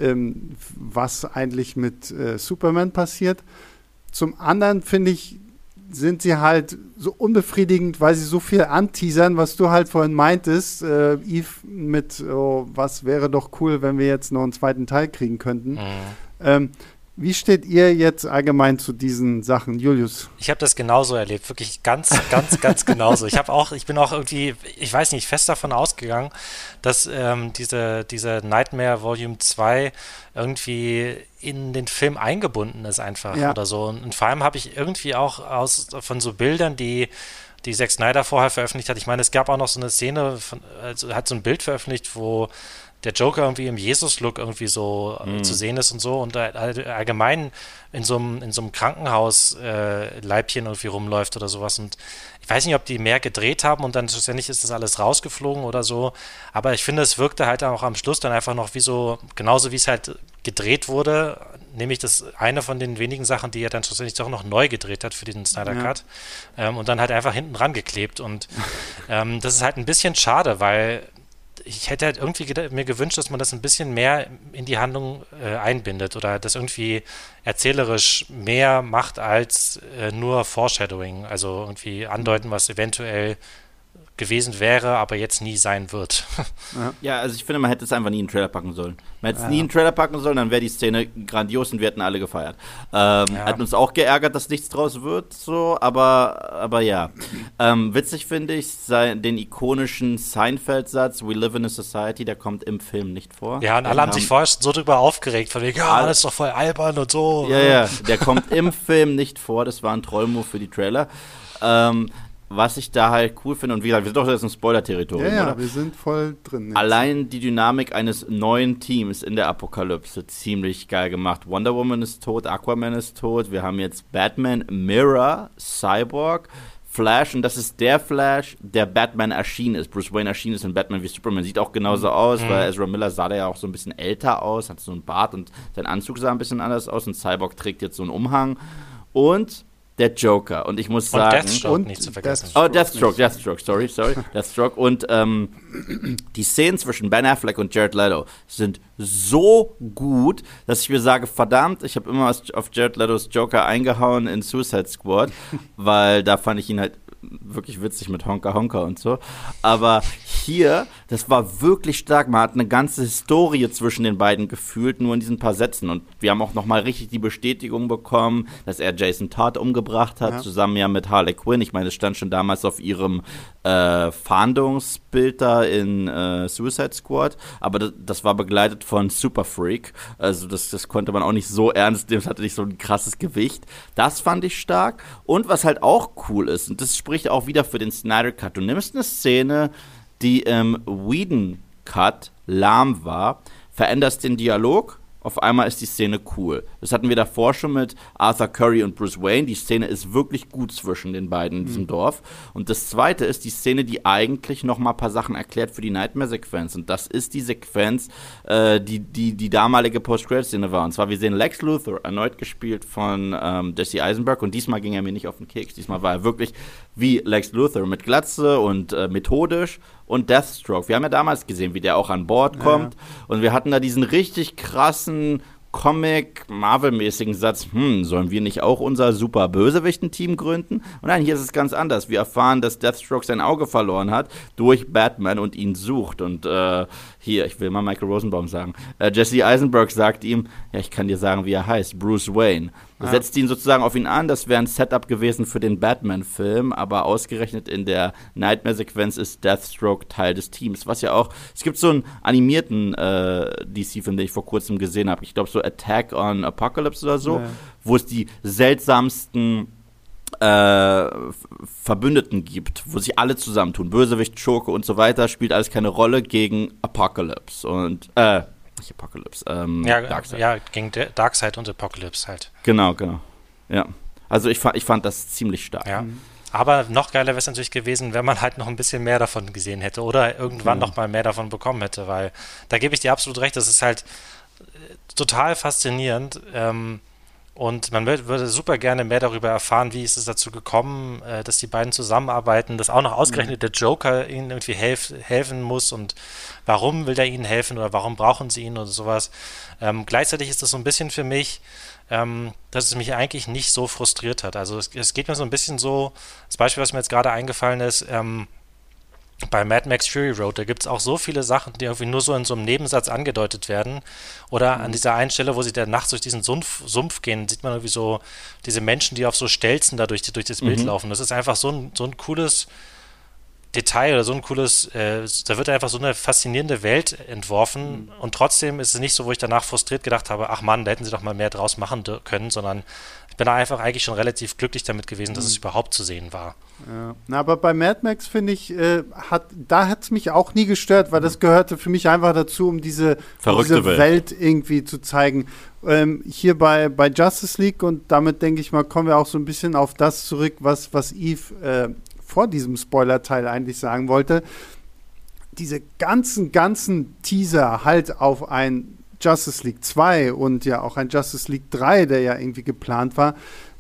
was eigentlich mit Superman passiert. Zum anderen finde ich, sind sie halt so unbefriedigend, weil sie so viel anteasern, was du halt vorhin meintest, Eve, mit was wäre doch cool, wenn wir jetzt noch einen zweiten Teil kriegen könnten. Wie steht ihr jetzt allgemein zu diesen Sachen, Julius? Ich habe das genauso erlebt, wirklich ganz, ganz, ganz genauso. Ich bin auch irgendwie, ich weiß nicht, fest davon ausgegangen, dass diese Nightmare Volume 2 irgendwie in den Film eingebunden ist einfach oder so. Und vor allem habe ich irgendwie auch von so Bildern, die Zack Snyder vorher veröffentlicht hat, ich meine, es gab auch noch so eine Szene, hat so ein Bild veröffentlicht, wo der Joker irgendwie im Jesus-Look irgendwie so zu sehen ist und so und allgemein in so einem Krankenhaus-Leibchen irgendwie rumläuft oder sowas. Und ich weiß nicht, ob die mehr gedreht haben und dann schlussendlich ist das alles rausgeflogen oder so. Aber ich finde, es wirkte halt auch am Schluss dann einfach noch wie so, genauso wie es halt gedreht wurde, nämlich das eine von den wenigen Sachen, die er dann schlussendlich doch noch neu gedreht hat für den Snyder Cut und dann halt einfach hinten dran geklebt. Und das ist halt ein bisschen schade, weil ich hätte halt irgendwie mir gewünscht, dass man das ein bisschen mehr in die Handlung einbindet oder das irgendwie erzählerisch mehr macht als nur Foreshadowing, also irgendwie andeuten, was eventuell gewesen wäre, aber jetzt nie sein wird. Ja, also ich finde, man hätte es einfach nie in den Trailer packen sollen. Man hätte es nie in den Trailer packen sollen, dann wäre die Szene grandios und wir hätten alle gefeiert. Hat uns auch geärgert, dass nichts draus wird, so, aber ja. Witzig finde ich den ikonischen Seinfeld-Satz, "We live in a society", der kommt im Film nicht vor. Ja, und alle haben sich vorher so drüber aufgeregt, von wegen, ja, das ist doch voll albern und so. Ja, der kommt im Film nicht vor, das war ein Trollmove für die Trailer. Was ich da halt cool finde, und wie gesagt, wir sind doch jetzt im Spoiler-Territorium, ja, oder? Wir sind voll drin. Jetzt. Allein die Dynamik eines neuen Teams in der Apokalypse ziemlich geil gemacht. Wonder Woman ist tot, Aquaman ist tot, wir haben jetzt Batman, Mirror, Cyborg, Flash, und das ist der Flash, der Batman erschienen ist. Bruce Wayne erschienen ist in Batman wie Superman. Sieht auch genauso aus, weil Ezra Miller sah da ja auch so ein bisschen älter aus, hat so einen Bart und sein Anzug sah ein bisschen anders aus und Cyborg trägt jetzt so einen Umhang. Und der Joker. Und ich muss sagen... Deathstroke nicht zu vergessen. Deathstroke, sorry. Deathstroke. Und die Szenen zwischen Ben Affleck und Jared Leto sind so gut, dass ich mir sage, verdammt, ich habe immer auf Jared Letos Joker eingehauen in Suicide Squad, weil da fand ich ihn halt wirklich witzig mit Honka Honka und so. Aber hier, das war wirklich stark. Man hat eine ganze Historie zwischen den beiden gefühlt, nur in diesen paar Sätzen. Und wir haben auch nochmal richtig die Bestätigung bekommen, dass er Jason Todd umgebracht hat, zusammen ja mit Harley Quinn. Ich meine, es stand schon damals auf ihrem Fahndungsbild da in Suicide Squad. Aber das war begleitet von Super Freak. Also das konnte man auch nicht so ernst nehmen. Das hatte nicht so ein krasses Gewicht. Das fand ich stark. Und was halt auch cool ist, und das spricht auch wieder für den Snyder Cut. Du nimmst eine Szene, die im Whedon Cut lahm war, veränderst den Dialog, auf einmal ist die Szene cool. Das hatten wir davor schon mit Arthur Curry und Bruce Wayne. Die Szene ist wirklich gut zwischen den beiden in diesem Dorf. Und das Zweite ist die Szene, die eigentlich noch mal ein paar Sachen erklärt für die Nightmare-Sequenz. Und das ist die Sequenz, die damalige Post-Credit-Szene war. Und zwar, wir sehen Lex Luthor, erneut gespielt von Jesse Eisenberg. Und diesmal ging er mir nicht auf den Keks. Diesmal war er wirklich wie Lex Luthor, mit Glatze und methodisch. Und Deathstroke. Wir haben ja damals gesehen, wie der auch an Bord kommt. Ja. Und wir hatten da diesen richtig krassen Comic-Marvel-mäßigen Satz, sollen wir nicht auch unser super Bösewichten-Team gründen? Und nein, hier ist es ganz anders. Wir erfahren, dass Deathstroke sein Auge verloren hat durch Batman und ihn sucht. Und hier, ich will mal Michael Rosenbaum sagen, Jesse Eisenberg sagt ihm, ja, ich kann dir sagen, wie er heißt, Bruce Wayne. Setzt ihn sozusagen auf ihn an, das wäre ein Setup gewesen für den Batman-Film, aber ausgerechnet in der Nightmare-Sequenz ist Deathstroke Teil des Teams, was ja auch, es gibt so einen animierten DC-Film, den ich vor kurzem gesehen habe, ich glaube so Attack on Apocalypse oder so, wo es die seltsamsten Verbündeten gibt, wo sich alle zusammentun, Bösewicht, Schurke und so weiter, spielt alles keine Rolle gegen Apocalypse und, nicht Apocalypse, Darkseid. Ja, gegen Darkseid und Apocalypse halt. Genau. Ja. Also ich fand das ziemlich stark. Ja. Aber noch geiler wäre es natürlich gewesen, wenn man halt noch ein bisschen mehr davon gesehen hätte oder irgendwann noch mal mehr davon bekommen hätte, weil da gebe ich dir absolut recht, das ist halt total faszinierend und man würde super gerne mehr darüber erfahren, wie ist es dazu gekommen, dass die beiden zusammenarbeiten, dass auch noch ausgerechnet der Joker ihnen irgendwie helfen muss und warum will er ihnen helfen oder warum brauchen sie ihn oder sowas. Gleichzeitig ist das so ein bisschen für mich, dass es mich eigentlich nicht so frustriert hat. Also es geht mir so ein bisschen so, das Beispiel, was mir jetzt gerade eingefallen ist, bei Mad Max Fury Road, da gibt es auch so viele Sachen, die irgendwie nur so in so einem Nebensatz angedeutet werden. Oder an dieser einen Stelle, wo sie dann nachts durch diesen Sumpf gehen, sieht man irgendwie so diese Menschen, die auf so Stelzen da durch das Bild laufen. Das ist einfach so ein cooles Detail oder so ein cooles, da wird einfach so eine faszinierende Welt entworfen und trotzdem ist es nicht so, wo ich danach frustriert gedacht habe, ach Mann, da hätten sie doch mal mehr draus machen können, sondern ich bin da einfach eigentlich schon relativ glücklich damit gewesen, dass es überhaupt zu sehen war. Ja. Na, aber bei Mad Max, finde ich, hat es mich auch nie gestört, weil das gehörte für mich einfach dazu, um diese Welt irgendwie zu zeigen. Hier bei Justice League und damit, denke ich mal, kommen wir auch so ein bisschen auf das zurück, was Yves vor diesem Spoiler-Teil eigentlich sagen wollte. Diese ganzen Teaser halt auf ein Justice League 2 und ja auch ein Justice League 3, der ja irgendwie geplant war,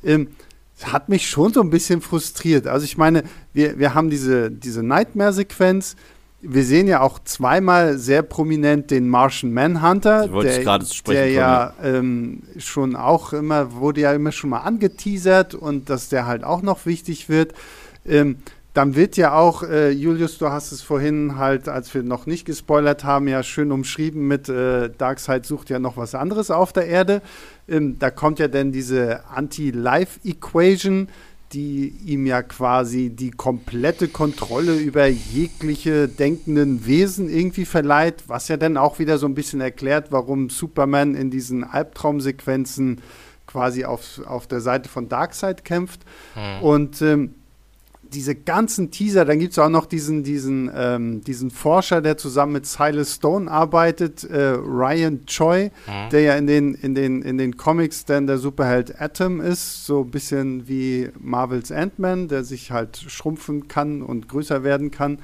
hat mich schon so ein bisschen frustriert. Also ich meine, wir haben diese Nightmare-Sequenz. Wir sehen ja auch zweimal sehr prominent den Martian Manhunter, der ja schon auch wurde ja immer schon mal angeteasert und dass der halt auch noch wichtig wird. Dann wird ja auch, Julius, du hast es vorhin halt, als wir noch nicht gespoilert haben, ja schön umschrieben mit Darkseid sucht ja noch was anderes auf der Erde. Da kommt ja dann diese Anti-Life-Equation, die ihm ja quasi die komplette Kontrolle über jegliche denkenden Wesen irgendwie verleiht, was ja dann auch wieder so ein bisschen erklärt, warum Superman in diesen Albtraumsequenzen quasi auf der Seite von Darkseid kämpft. Und diese ganzen Teaser, dann gibt es auch noch diesen Forscher, der zusammen mit Silas Stone arbeitet, Ryan Choi, der ja in den Comics dann der Superheld Atom ist, so ein bisschen wie Marvels Ant-Man, der sich halt schrumpfen kann und größer werden kann.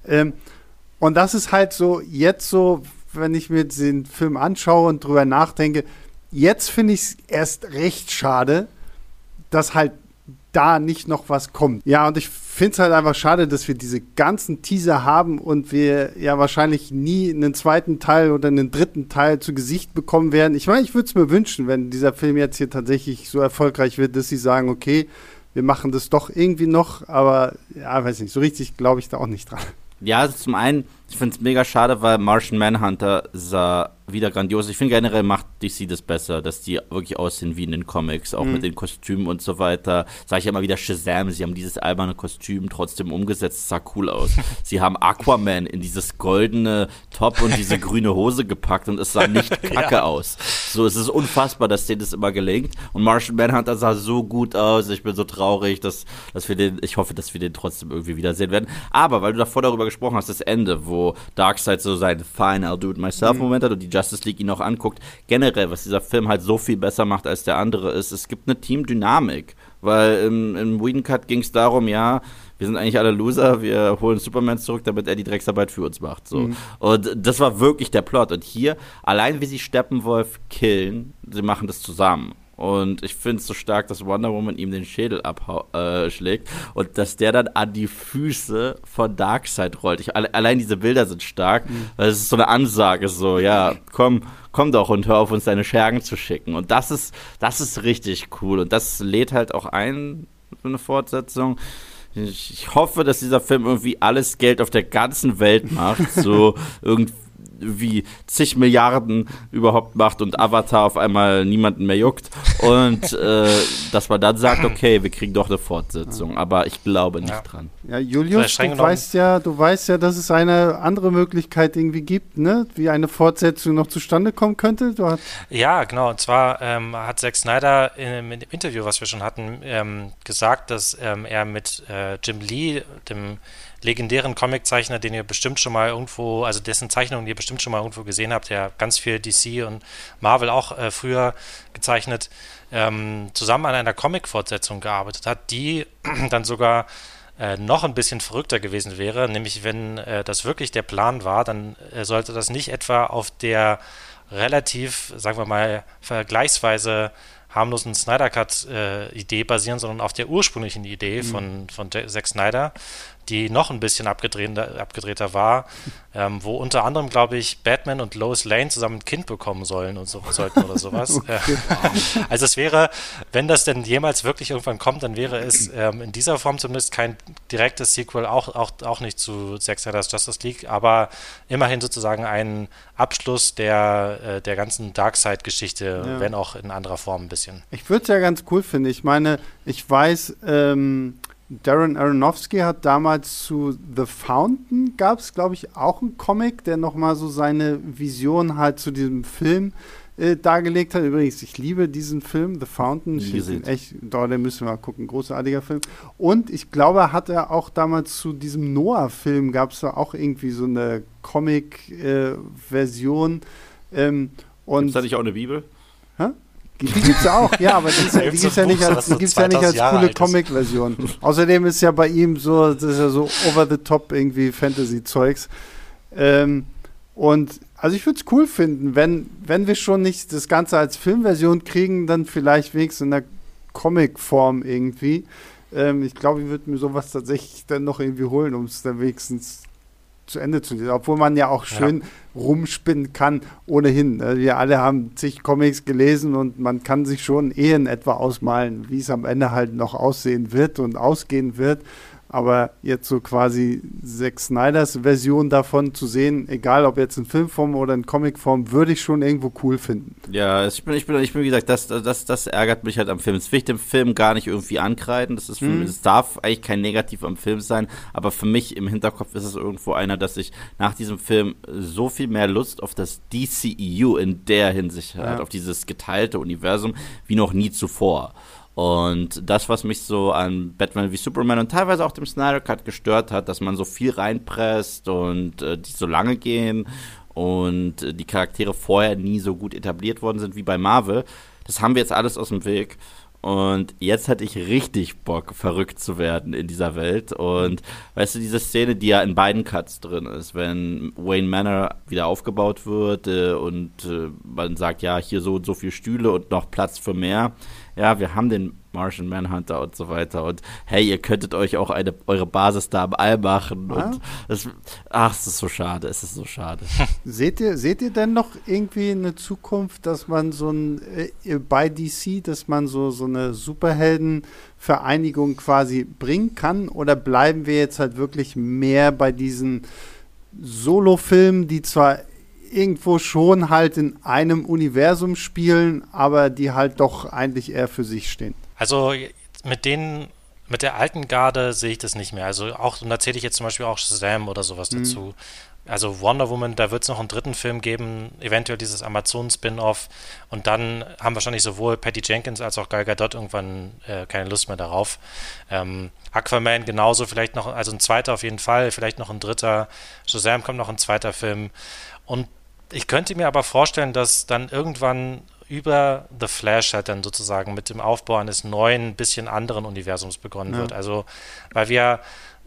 Und das ist halt so, jetzt so, wenn ich mir den Film anschaue und drüber nachdenke, jetzt finde ich es erst recht schade, dass halt da nicht noch was kommt. Ja, und ich finde es halt einfach schade, dass wir diese ganzen Teaser haben und wir ja wahrscheinlich nie einen zweiten Teil oder einen dritten Teil zu Gesicht bekommen werden. Ich meine, ich würde es mir wünschen, wenn dieser Film jetzt hier tatsächlich so erfolgreich wird, dass sie sagen, okay, wir machen das doch irgendwie noch, aber ja, weiß nicht, so richtig glaube ich da auch nicht dran. Ja, also zum einen, ich finde es mega schade, weil Martian Manhunter sah wieder grandios. Ich finde generell macht DC das besser, dass die wirklich aussehen wie in den Comics, auch mit den Kostümen und so weiter. Sag ich ja immer wieder Shazam, sie haben dieses alberne Kostüm trotzdem umgesetzt, sah cool aus. Sie haben Aquaman in dieses goldene Top und diese grüne Hose gepackt und es sah nicht kacke aus. So, es ist unfassbar, dass denen das immer gelingt. Und Martian Manhunter sah so gut aus, ich bin so traurig, ich hoffe, dass wir den trotzdem irgendwie wiedersehen werden. Aber, weil du davor darüber gesprochen hast, das Ende, wo Darkseid so sein Fine, I'll do it myself Moment hat und die Justice League ihn auch anguckt. Generell, was dieser Film halt so viel besser macht als der andere ist, es gibt eine Teamdynamik. Weil im Whedon Cut ging es darum, ja, wir sind eigentlich alle Loser, wir holen Superman zurück, damit er die Drecksarbeit für uns macht. So. Und das war wirklich der Plot. Und hier, allein wie sie Steppenwolf killen, sie machen das zusammen. Und ich finde es so stark, dass Wonder Woman ihm den Schädel abschlägt und dass der dann an die Füße von Darkseid rollt. Allein diese Bilder sind stark, weil es ist so eine Ansage, so, ja, komm doch und hör auf, uns deine Schergen zu schicken. Und das ist richtig cool. Und das lädt halt auch ein für eine Fortsetzung. Ich hoffe, dass dieser Film irgendwie alles Geld auf der ganzen Welt macht, so irgendwie wie zig Milliarden überhaupt macht und Avatar auf einmal niemanden mehr juckt und dass man dann sagt, okay, wir kriegen doch eine Fortsetzung, aber ich glaube nicht dran. Ja, Julius, du weißt ja, dass es eine andere Möglichkeit irgendwie gibt, ne? Wie eine Fortsetzung noch zustande kommen könnte. Ja, genau. Und zwar hat Zack Snyder in dem Interview, was wir schon hatten, gesagt, dass er mit Jim Lee, dem legendären Comiczeichner, den ihr bestimmt schon mal irgendwo, also dessen Zeichnungen ihr bestimmt schon mal irgendwo gesehen habt, der ganz viel DC und Marvel auch früher gezeichnet, zusammen an einer Comic-Fortsetzung gearbeitet hat, die dann sogar noch ein bisschen verrückter gewesen wäre, nämlich wenn das wirklich der Plan war, dann sollte das nicht etwa auf der relativ, sagen wir mal, vergleichsweise harmlosen Snyder-Cut-Idee basieren, sondern auf der ursprünglichen Idee von Zack Snyder, die noch ein bisschen abgedrehter war, wo unter anderem, glaube ich, Batman und Lois Lane zusammen ein Kind bekommen sollten oder sowas. Okay. Also es wäre, wenn das denn jemals wirklich irgendwann kommt, dann wäre es in dieser Form zumindest kein direktes Sequel, auch nicht zu Zack Snyders Justice League, aber immerhin sozusagen ein Abschluss der ganzen Darkseid-Geschichte, wenn auch in anderer Form ein bisschen. Ich würde es ja ganz cool finden. Ich meine, ich weiß, Darren Aronofsky hat damals zu The Fountain, gab es, glaube ich, auch einen Comic, der nochmal so seine Vision halt zu diesem Film dargelegt hat. Übrigens, ich liebe diesen Film, The Fountain. Den müssen wir mal gucken, großartiger Film. Und ich glaube, hat er auch damals zu diesem Noah-Film, gab es da auch irgendwie so eine Comic-Version. Gibt es da nicht auch eine Bibel? Hä? Die gibt's ja auch, ja, aber die gibt's ja nicht als coole Comic-Version. Außerdem ist ja bei ihm so, das ist ja so over-the-top irgendwie Fantasy-Zeugs. Und also ich würde es cool finden, wenn wir schon nicht das Ganze als Filmversion kriegen, dann vielleicht wenigstens in der Comic-Form irgendwie. Ich glaube, ich würde mir sowas tatsächlich dann noch irgendwie holen, um es dann wenigstens zu Ende zu lesen, obwohl man ja auch schön rumspinnen kann, ohnehin. Wir alle haben zig Comics gelesen und man kann sich schon in etwa ausmalen, wie es am Ende halt noch aussehen wird und ausgehen wird. Aber jetzt so quasi Zack Snyders Version davon zu sehen, egal ob jetzt in Filmform oder in Comicform, würde ich schon irgendwo cool finden. Ja, ich bin wie gesagt, das ärgert mich halt am Film. Das will ich dem Film gar nicht irgendwie ankreiden. Es darf eigentlich kein Negativ am Film sein, aber für mich im Hinterkopf ist es irgendwo einer, dass ich nach diesem Film so viel mehr Lust auf das DCEU in der Hinsicht hat, auf dieses geteilte Universum, wie noch nie zuvor. Und das, was mich so an Batman wie Superman und teilweise auch dem Snyder Cut gestört hat, dass man so viel reinpresst und die so lange gehen und die Charaktere vorher nie so gut etabliert worden sind wie bei Marvel, das haben wir jetzt alles aus dem Weg. Und jetzt hatte ich richtig Bock, verrückt zu werden in dieser Welt. Und weißt du, diese Szene, die ja in beiden Cuts drin ist, wenn Wayne Manor wieder aufgebaut wird und man sagt, ja, hier so und so viele Stühle und noch Platz für mehr. Ja, wir haben den Martian Manhunter und so weiter. Und hey, ihr könntet euch auch eure Basis da am All machen. Ja. Und es ist so schade, es ist so schade. Seht ihr denn noch irgendwie eine Zukunft, dass man so bei DC, dass man so eine Superheldenvereinigung quasi bringen kann? Oder bleiben wir jetzt halt wirklich mehr bei diesen Solo-Filmen, die zwar irgendwo schon halt in einem Universum spielen, aber die halt doch eigentlich eher für sich stehen? Also mit der alten Garde sehe ich das nicht mehr. Also auch, und da zähle ich jetzt zum Beispiel auch Shazam oder sowas dazu. Also Wonder Woman, da wird es noch einen dritten Film geben, eventuell dieses Amazon-Spin-Off, und dann haben wahrscheinlich sowohl Patty Jenkins als auch Gal Gadot irgendwann keine Lust mehr darauf. Aquaman genauso, vielleicht noch, also ein zweiter auf jeden Fall, vielleicht noch ein dritter. Shazam kommt noch ein zweiter Film. Und ich könnte mir aber vorstellen, dass dann irgendwann über The Flash halt dann sozusagen mit dem Aufbau eines neuen, bisschen anderen Universums begonnen wird. Also, weil wir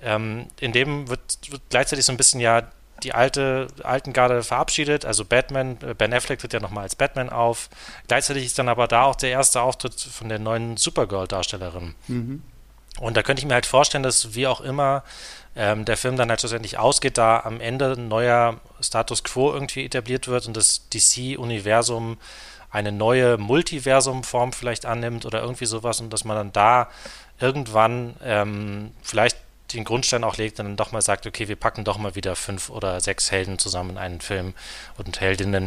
in dem wird gleichzeitig so ein bisschen ja die alten Garde verabschiedet, also Batman, Ben Affleck tritt ja nochmal als Batman auf. Gleichzeitig ist dann aber da auch der erste Auftritt von der neuen Supergirl-Darstellerin. Und da könnte ich mir halt vorstellen, dass wie auch immer der Film dann halt schlussendlich ausgeht, da am Ende ein neuer Status Quo irgendwie etabliert wird und das DC-Universum eine neue Multiversum-Form vielleicht annimmt oder irgendwie sowas, und dass man dann da irgendwann vielleicht den Grundstein auch legt und dann doch mal sagt, okay, wir packen doch mal wieder 5 oder 6 Helden zusammen in einen Film und Heldinnen.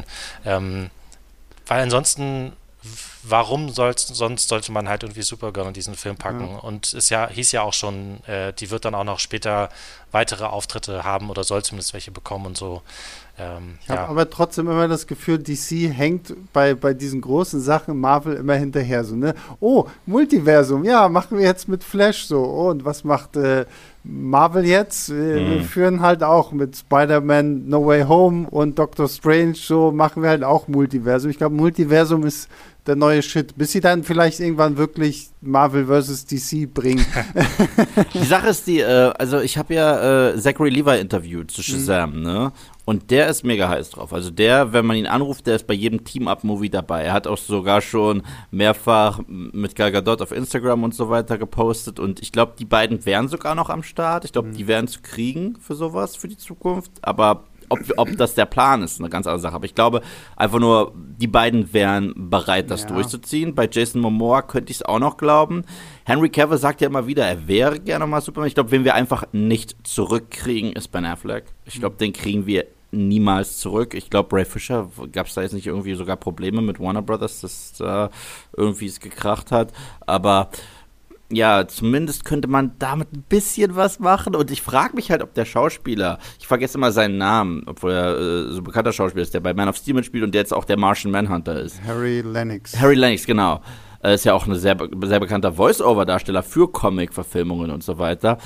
Weil ansonsten, warum sonst sollte man halt irgendwie Supergirl in diesen Film packen? Ja. Und es hieß ja auch schon, die wird dann auch noch später weitere Auftritte haben oder soll zumindest welche bekommen und so. Ich habe aber trotzdem immer das Gefühl, DC hängt bei diesen großen Sachen Marvel immer hinterher. So, ne? Oh, Multiversum, ja, machen wir jetzt mit Flash so. Oh, und was macht Marvel jetzt? Wir führen halt auch mit Spider-Man No Way Home und Doctor Strange, so machen wir halt auch Multiversum. Ich glaube, Multiversum ist der neue Shit, bis sie dann vielleicht irgendwann wirklich Marvel vs. DC bringen. Die Sache ist also ich habe ja Zachary Levi interviewt zu Shazam, ne? Und der ist mega heiß drauf. Also wenn man ihn anruft, der ist bei jedem Team-Up-Movie dabei. Er hat auch sogar schon mehrfach mit Gal Gadot auf Instagram und so weiter gepostet. Und ich glaube, die beiden wären sogar noch am Start. Ich glaube, die wären zu kriegen für sowas, für die Zukunft. Aber ob das der Plan ist, eine ganz andere Sache. Aber ich glaube, einfach nur, die beiden wären bereit, das durchzuziehen. Bei Jason Momoa könnte ich es auch noch glauben. Henry Cavill sagt ja immer wieder, er wäre gerne mal Superman. Ich glaube, wen wir einfach nicht zurückkriegen, ist Ben Affleck. Ich glaube, den kriegen wir niemals zurück. Ich glaube, Ray Fisher, gab es da jetzt nicht irgendwie sogar Probleme mit Warner Brothers, dass da irgendwie es gekracht hat. Aber ja, zumindest könnte man damit ein bisschen was machen. Und ich frage mich halt, ob der Schauspieler, ich vergesse immer seinen Namen, obwohl er so ein bekannter Schauspieler ist, der bei Man of Steel mitspielt und der jetzt auch der Martian Manhunter ist. Harry Lennox, genau. Ist ja auch ein sehr bekannter Voice-Over-Darsteller für Comic-Verfilmungen und so weiter.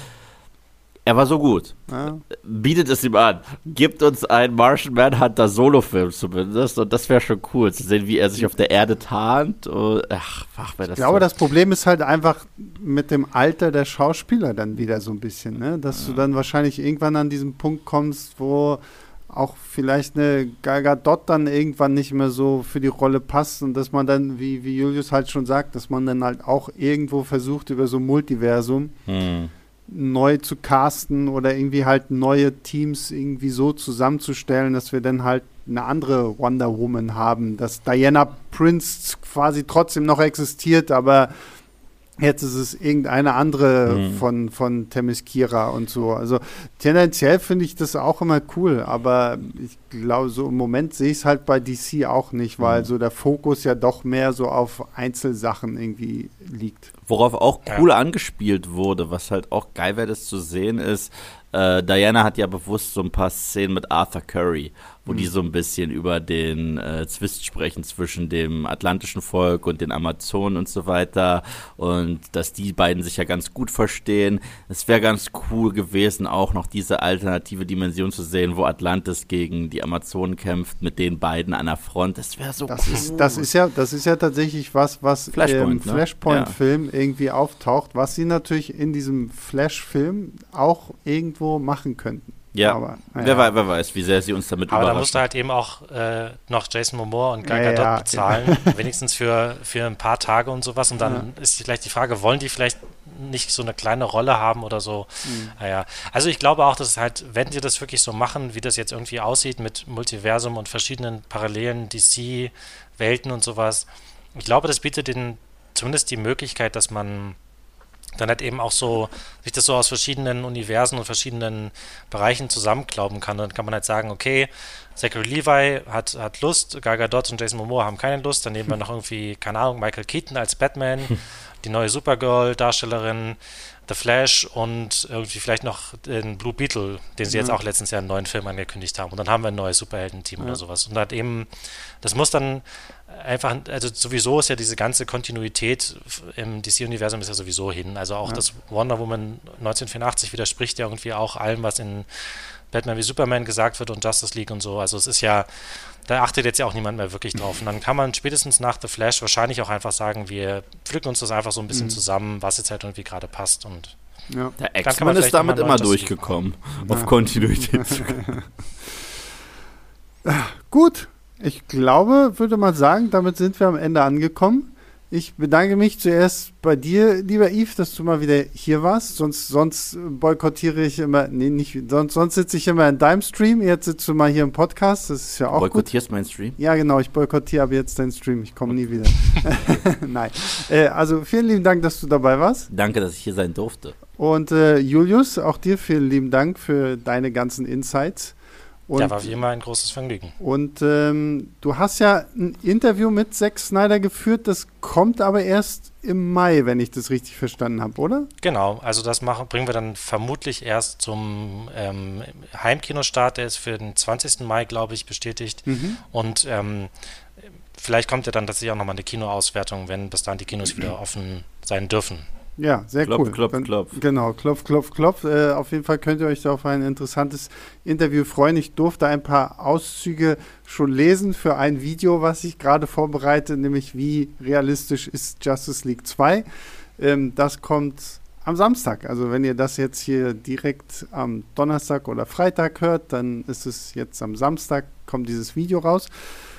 Er war so gut. Ja. Bietet es ihm an. Gibt uns einen Martian Manhunter Solo-Film zumindest. Und das wäre schon cool, zu sehen, wie er sich auf der Erde tarnt. Und, ich glaube, das Problem ist halt einfach mit dem Alter der Schauspieler dann wieder so ein bisschen, ne? Dass du dann wahrscheinlich irgendwann an diesen Punkt kommst, wo auch vielleicht eine Gal Gadot dann irgendwann nicht mehr so für die Rolle passt und dass man dann, wie Julius halt schon sagt, dass man dann halt auch irgendwo versucht, über so ein Multiversum neu zu casten oder irgendwie halt neue Teams irgendwie so zusammenzustellen, dass wir dann halt eine andere Wonder Woman haben, dass Diana Prince quasi trotzdem noch existiert, aber jetzt ist es irgendeine andere von Themyscira und so. Also tendenziell finde ich das auch immer cool, aber ich glaube, so im Moment sehe ich es halt bei DC auch nicht, weil so der Fokus ja doch mehr so auf Einzelsachen irgendwie liegt. Worauf auch cool angespielt wurde, was halt auch geil wäre, das zu sehen, ist, Diana hat ja bewusst so ein paar Szenen mit Arthur Curry, wo die so ein bisschen über den Zwist sprechen zwischen dem atlantischen Volk und den Amazonen und so weiter und dass die beiden sich ja ganz gut verstehen. Es wäre ganz cool gewesen, auch noch diese alternative Dimension zu sehen, wo Atlantis gegen die Amazonen kämpft, mit den beiden an der Front. Das wäre so cool. Das ist ja tatsächlich was Flashpoint, im Flashpoint-Film irgendwie auftaucht, was sie natürlich in diesem Flash-Film auch irgendwo machen könnten. Ja, aber, wer weiß, wie sehr sie uns damit überraschen. Aber da musste halt eben auch noch Jason Momoa und Gal Gadot bezahlen, wenigstens für ein paar Tage und sowas. Und dann ist vielleicht die Frage, wollen die vielleicht nicht so eine kleine Rolle haben oder so? Naja, also ich glaube auch, dass es halt, wenn sie das wirklich so machen, wie das jetzt irgendwie aussieht mit Multiversum und verschiedenen parallelen DC-Welten und sowas, ich glaube, das bietet denen zumindest die Möglichkeit, dass man dann halt eben auch so, sich das so aus verschiedenen Universen und verschiedenen Bereichen zusammenklauben kann. Und dann kann man halt sagen, okay, Zachary Levi hat Lust, Gal Gadot und Jason Momoa haben keine Lust, dann nehmen wir noch irgendwie, keine Ahnung, Michael Keaton als Batman, die neue Supergirl-Darstellerin, The Flash und irgendwie vielleicht noch den Blue Beetle, den sie jetzt auch letztens ja einen neuen Film angekündigt haben. Und dann haben wir ein neues Superhelden-Team oder sowas. Und halt eben, das muss dann einfach, also sowieso ist ja diese ganze Kontinuität im DC-Universum ist ja sowieso hin. Also auch das Wonder Woman 1984 widerspricht ja irgendwie auch allem, was in Batman wie Superman gesagt wird und Justice League und so. Also es ist ja, da achtet jetzt ja auch niemand mehr wirklich drauf. Und dann kann man spätestens nach The Flash wahrscheinlich auch einfach sagen, wir pflücken uns das einfach so ein bisschen zusammen, was jetzt halt irgendwie gerade passt. Und der X-Men ist damit immer durchgekommen, auf Kontinuität zu kommen. Gut, ich glaube, würde man sagen, damit sind wir am Ende angekommen. Ich bedanke mich zuerst bei dir, lieber Yves, dass du mal wieder hier warst. Sonst boykottiere ich immer, sonst sitze ich immer in deinem Stream. Jetzt sitzt du mal hier im Podcast, das ist ja auch Boykottierst meinen Stream? Ja, genau, ich boykottiere aber jetzt deinen Stream. Ich komme nie wieder. Nein. Also vielen lieben Dank, dass du dabei warst. Danke, dass ich hier sein durfte. Und Julius, auch dir vielen lieben Dank für deine ganzen Insights. Und, ja, war wie immer ein großes Vergnügen. Und du hast ja ein Interview mit Zack Snyder geführt, das kommt aber erst im Mai, wenn ich das richtig verstanden habe, oder? Genau, also das bringen wir dann vermutlich erst zum Heimkinostart, der ist für den 20. Mai, glaube ich, bestätigt. Und vielleicht kommt ja dann tatsächlich auch nochmal eine Kinoauswertung, wenn bis dahin die Kinos wieder offen sein dürfen. Ja, sehr cool. Klopf. Genau, klopf. Auf jeden Fall könnt ihr euch da auf ein interessantes Interview freuen. Ich durfte ein paar Auszüge schon lesen für ein Video, was ich gerade vorbereite, nämlich wie realistisch ist Justice League 2. Das kommt am Samstag. Also wenn ihr das jetzt hier direkt am Donnerstag oder Freitag hört, dann ist es jetzt am Samstag, kommt dieses Video raus.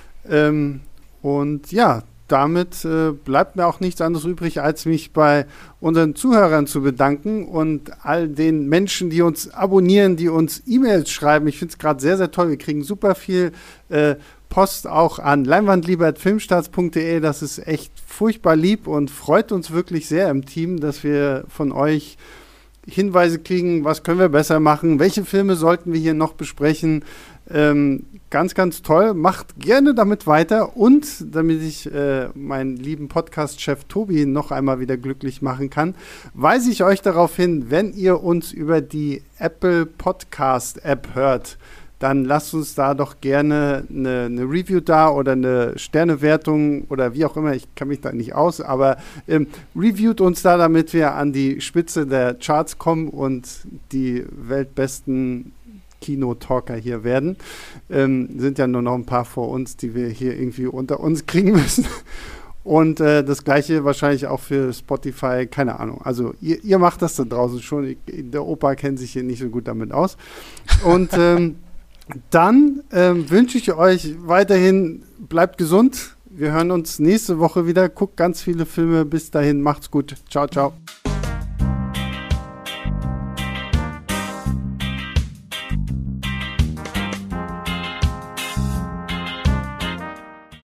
Und ja, damit bleibt mir auch nichts anderes übrig, als mich bei unseren Zuhörern zu bedanken und all den Menschen, die uns abonnieren, die uns E-Mails schreiben. Ich finde es gerade sehr, sehr toll. Wir kriegen super viel Post auch an leinwandliebe@filmstarts.de. Das ist echt furchtbar lieb und freut uns wirklich sehr im Team, dass wir von euch Hinweise kriegen, was können wir besser machen, welche Filme sollten wir hier noch besprechen. Ganz, ganz toll. Macht gerne damit weiter und damit ich meinen lieben Podcast-Chef Tobi noch einmal wieder glücklich machen kann, weise ich euch darauf hin, wenn ihr uns über die Apple Podcast-App hört, dann lasst uns da doch gerne eine Review da oder eine Sternewertung oder wie auch immer, ich kann mich da nicht aus, aber reviewt uns da, damit wir an die Spitze der Charts kommen und die weltbesten Kino-Talker hier werden. Sind ja nur noch ein paar vor uns, die wir hier irgendwie unter uns kriegen müssen. Und das Gleiche wahrscheinlich auch für Spotify, keine Ahnung. Also ihr macht das da draußen schon. Der Opa kennt sich hier nicht so gut damit aus. Und dann wünsche ich euch weiterhin, bleibt gesund. Wir hören uns nächste Woche wieder. Guckt ganz viele Filme. Bis dahin, macht's gut. Ciao, ciao.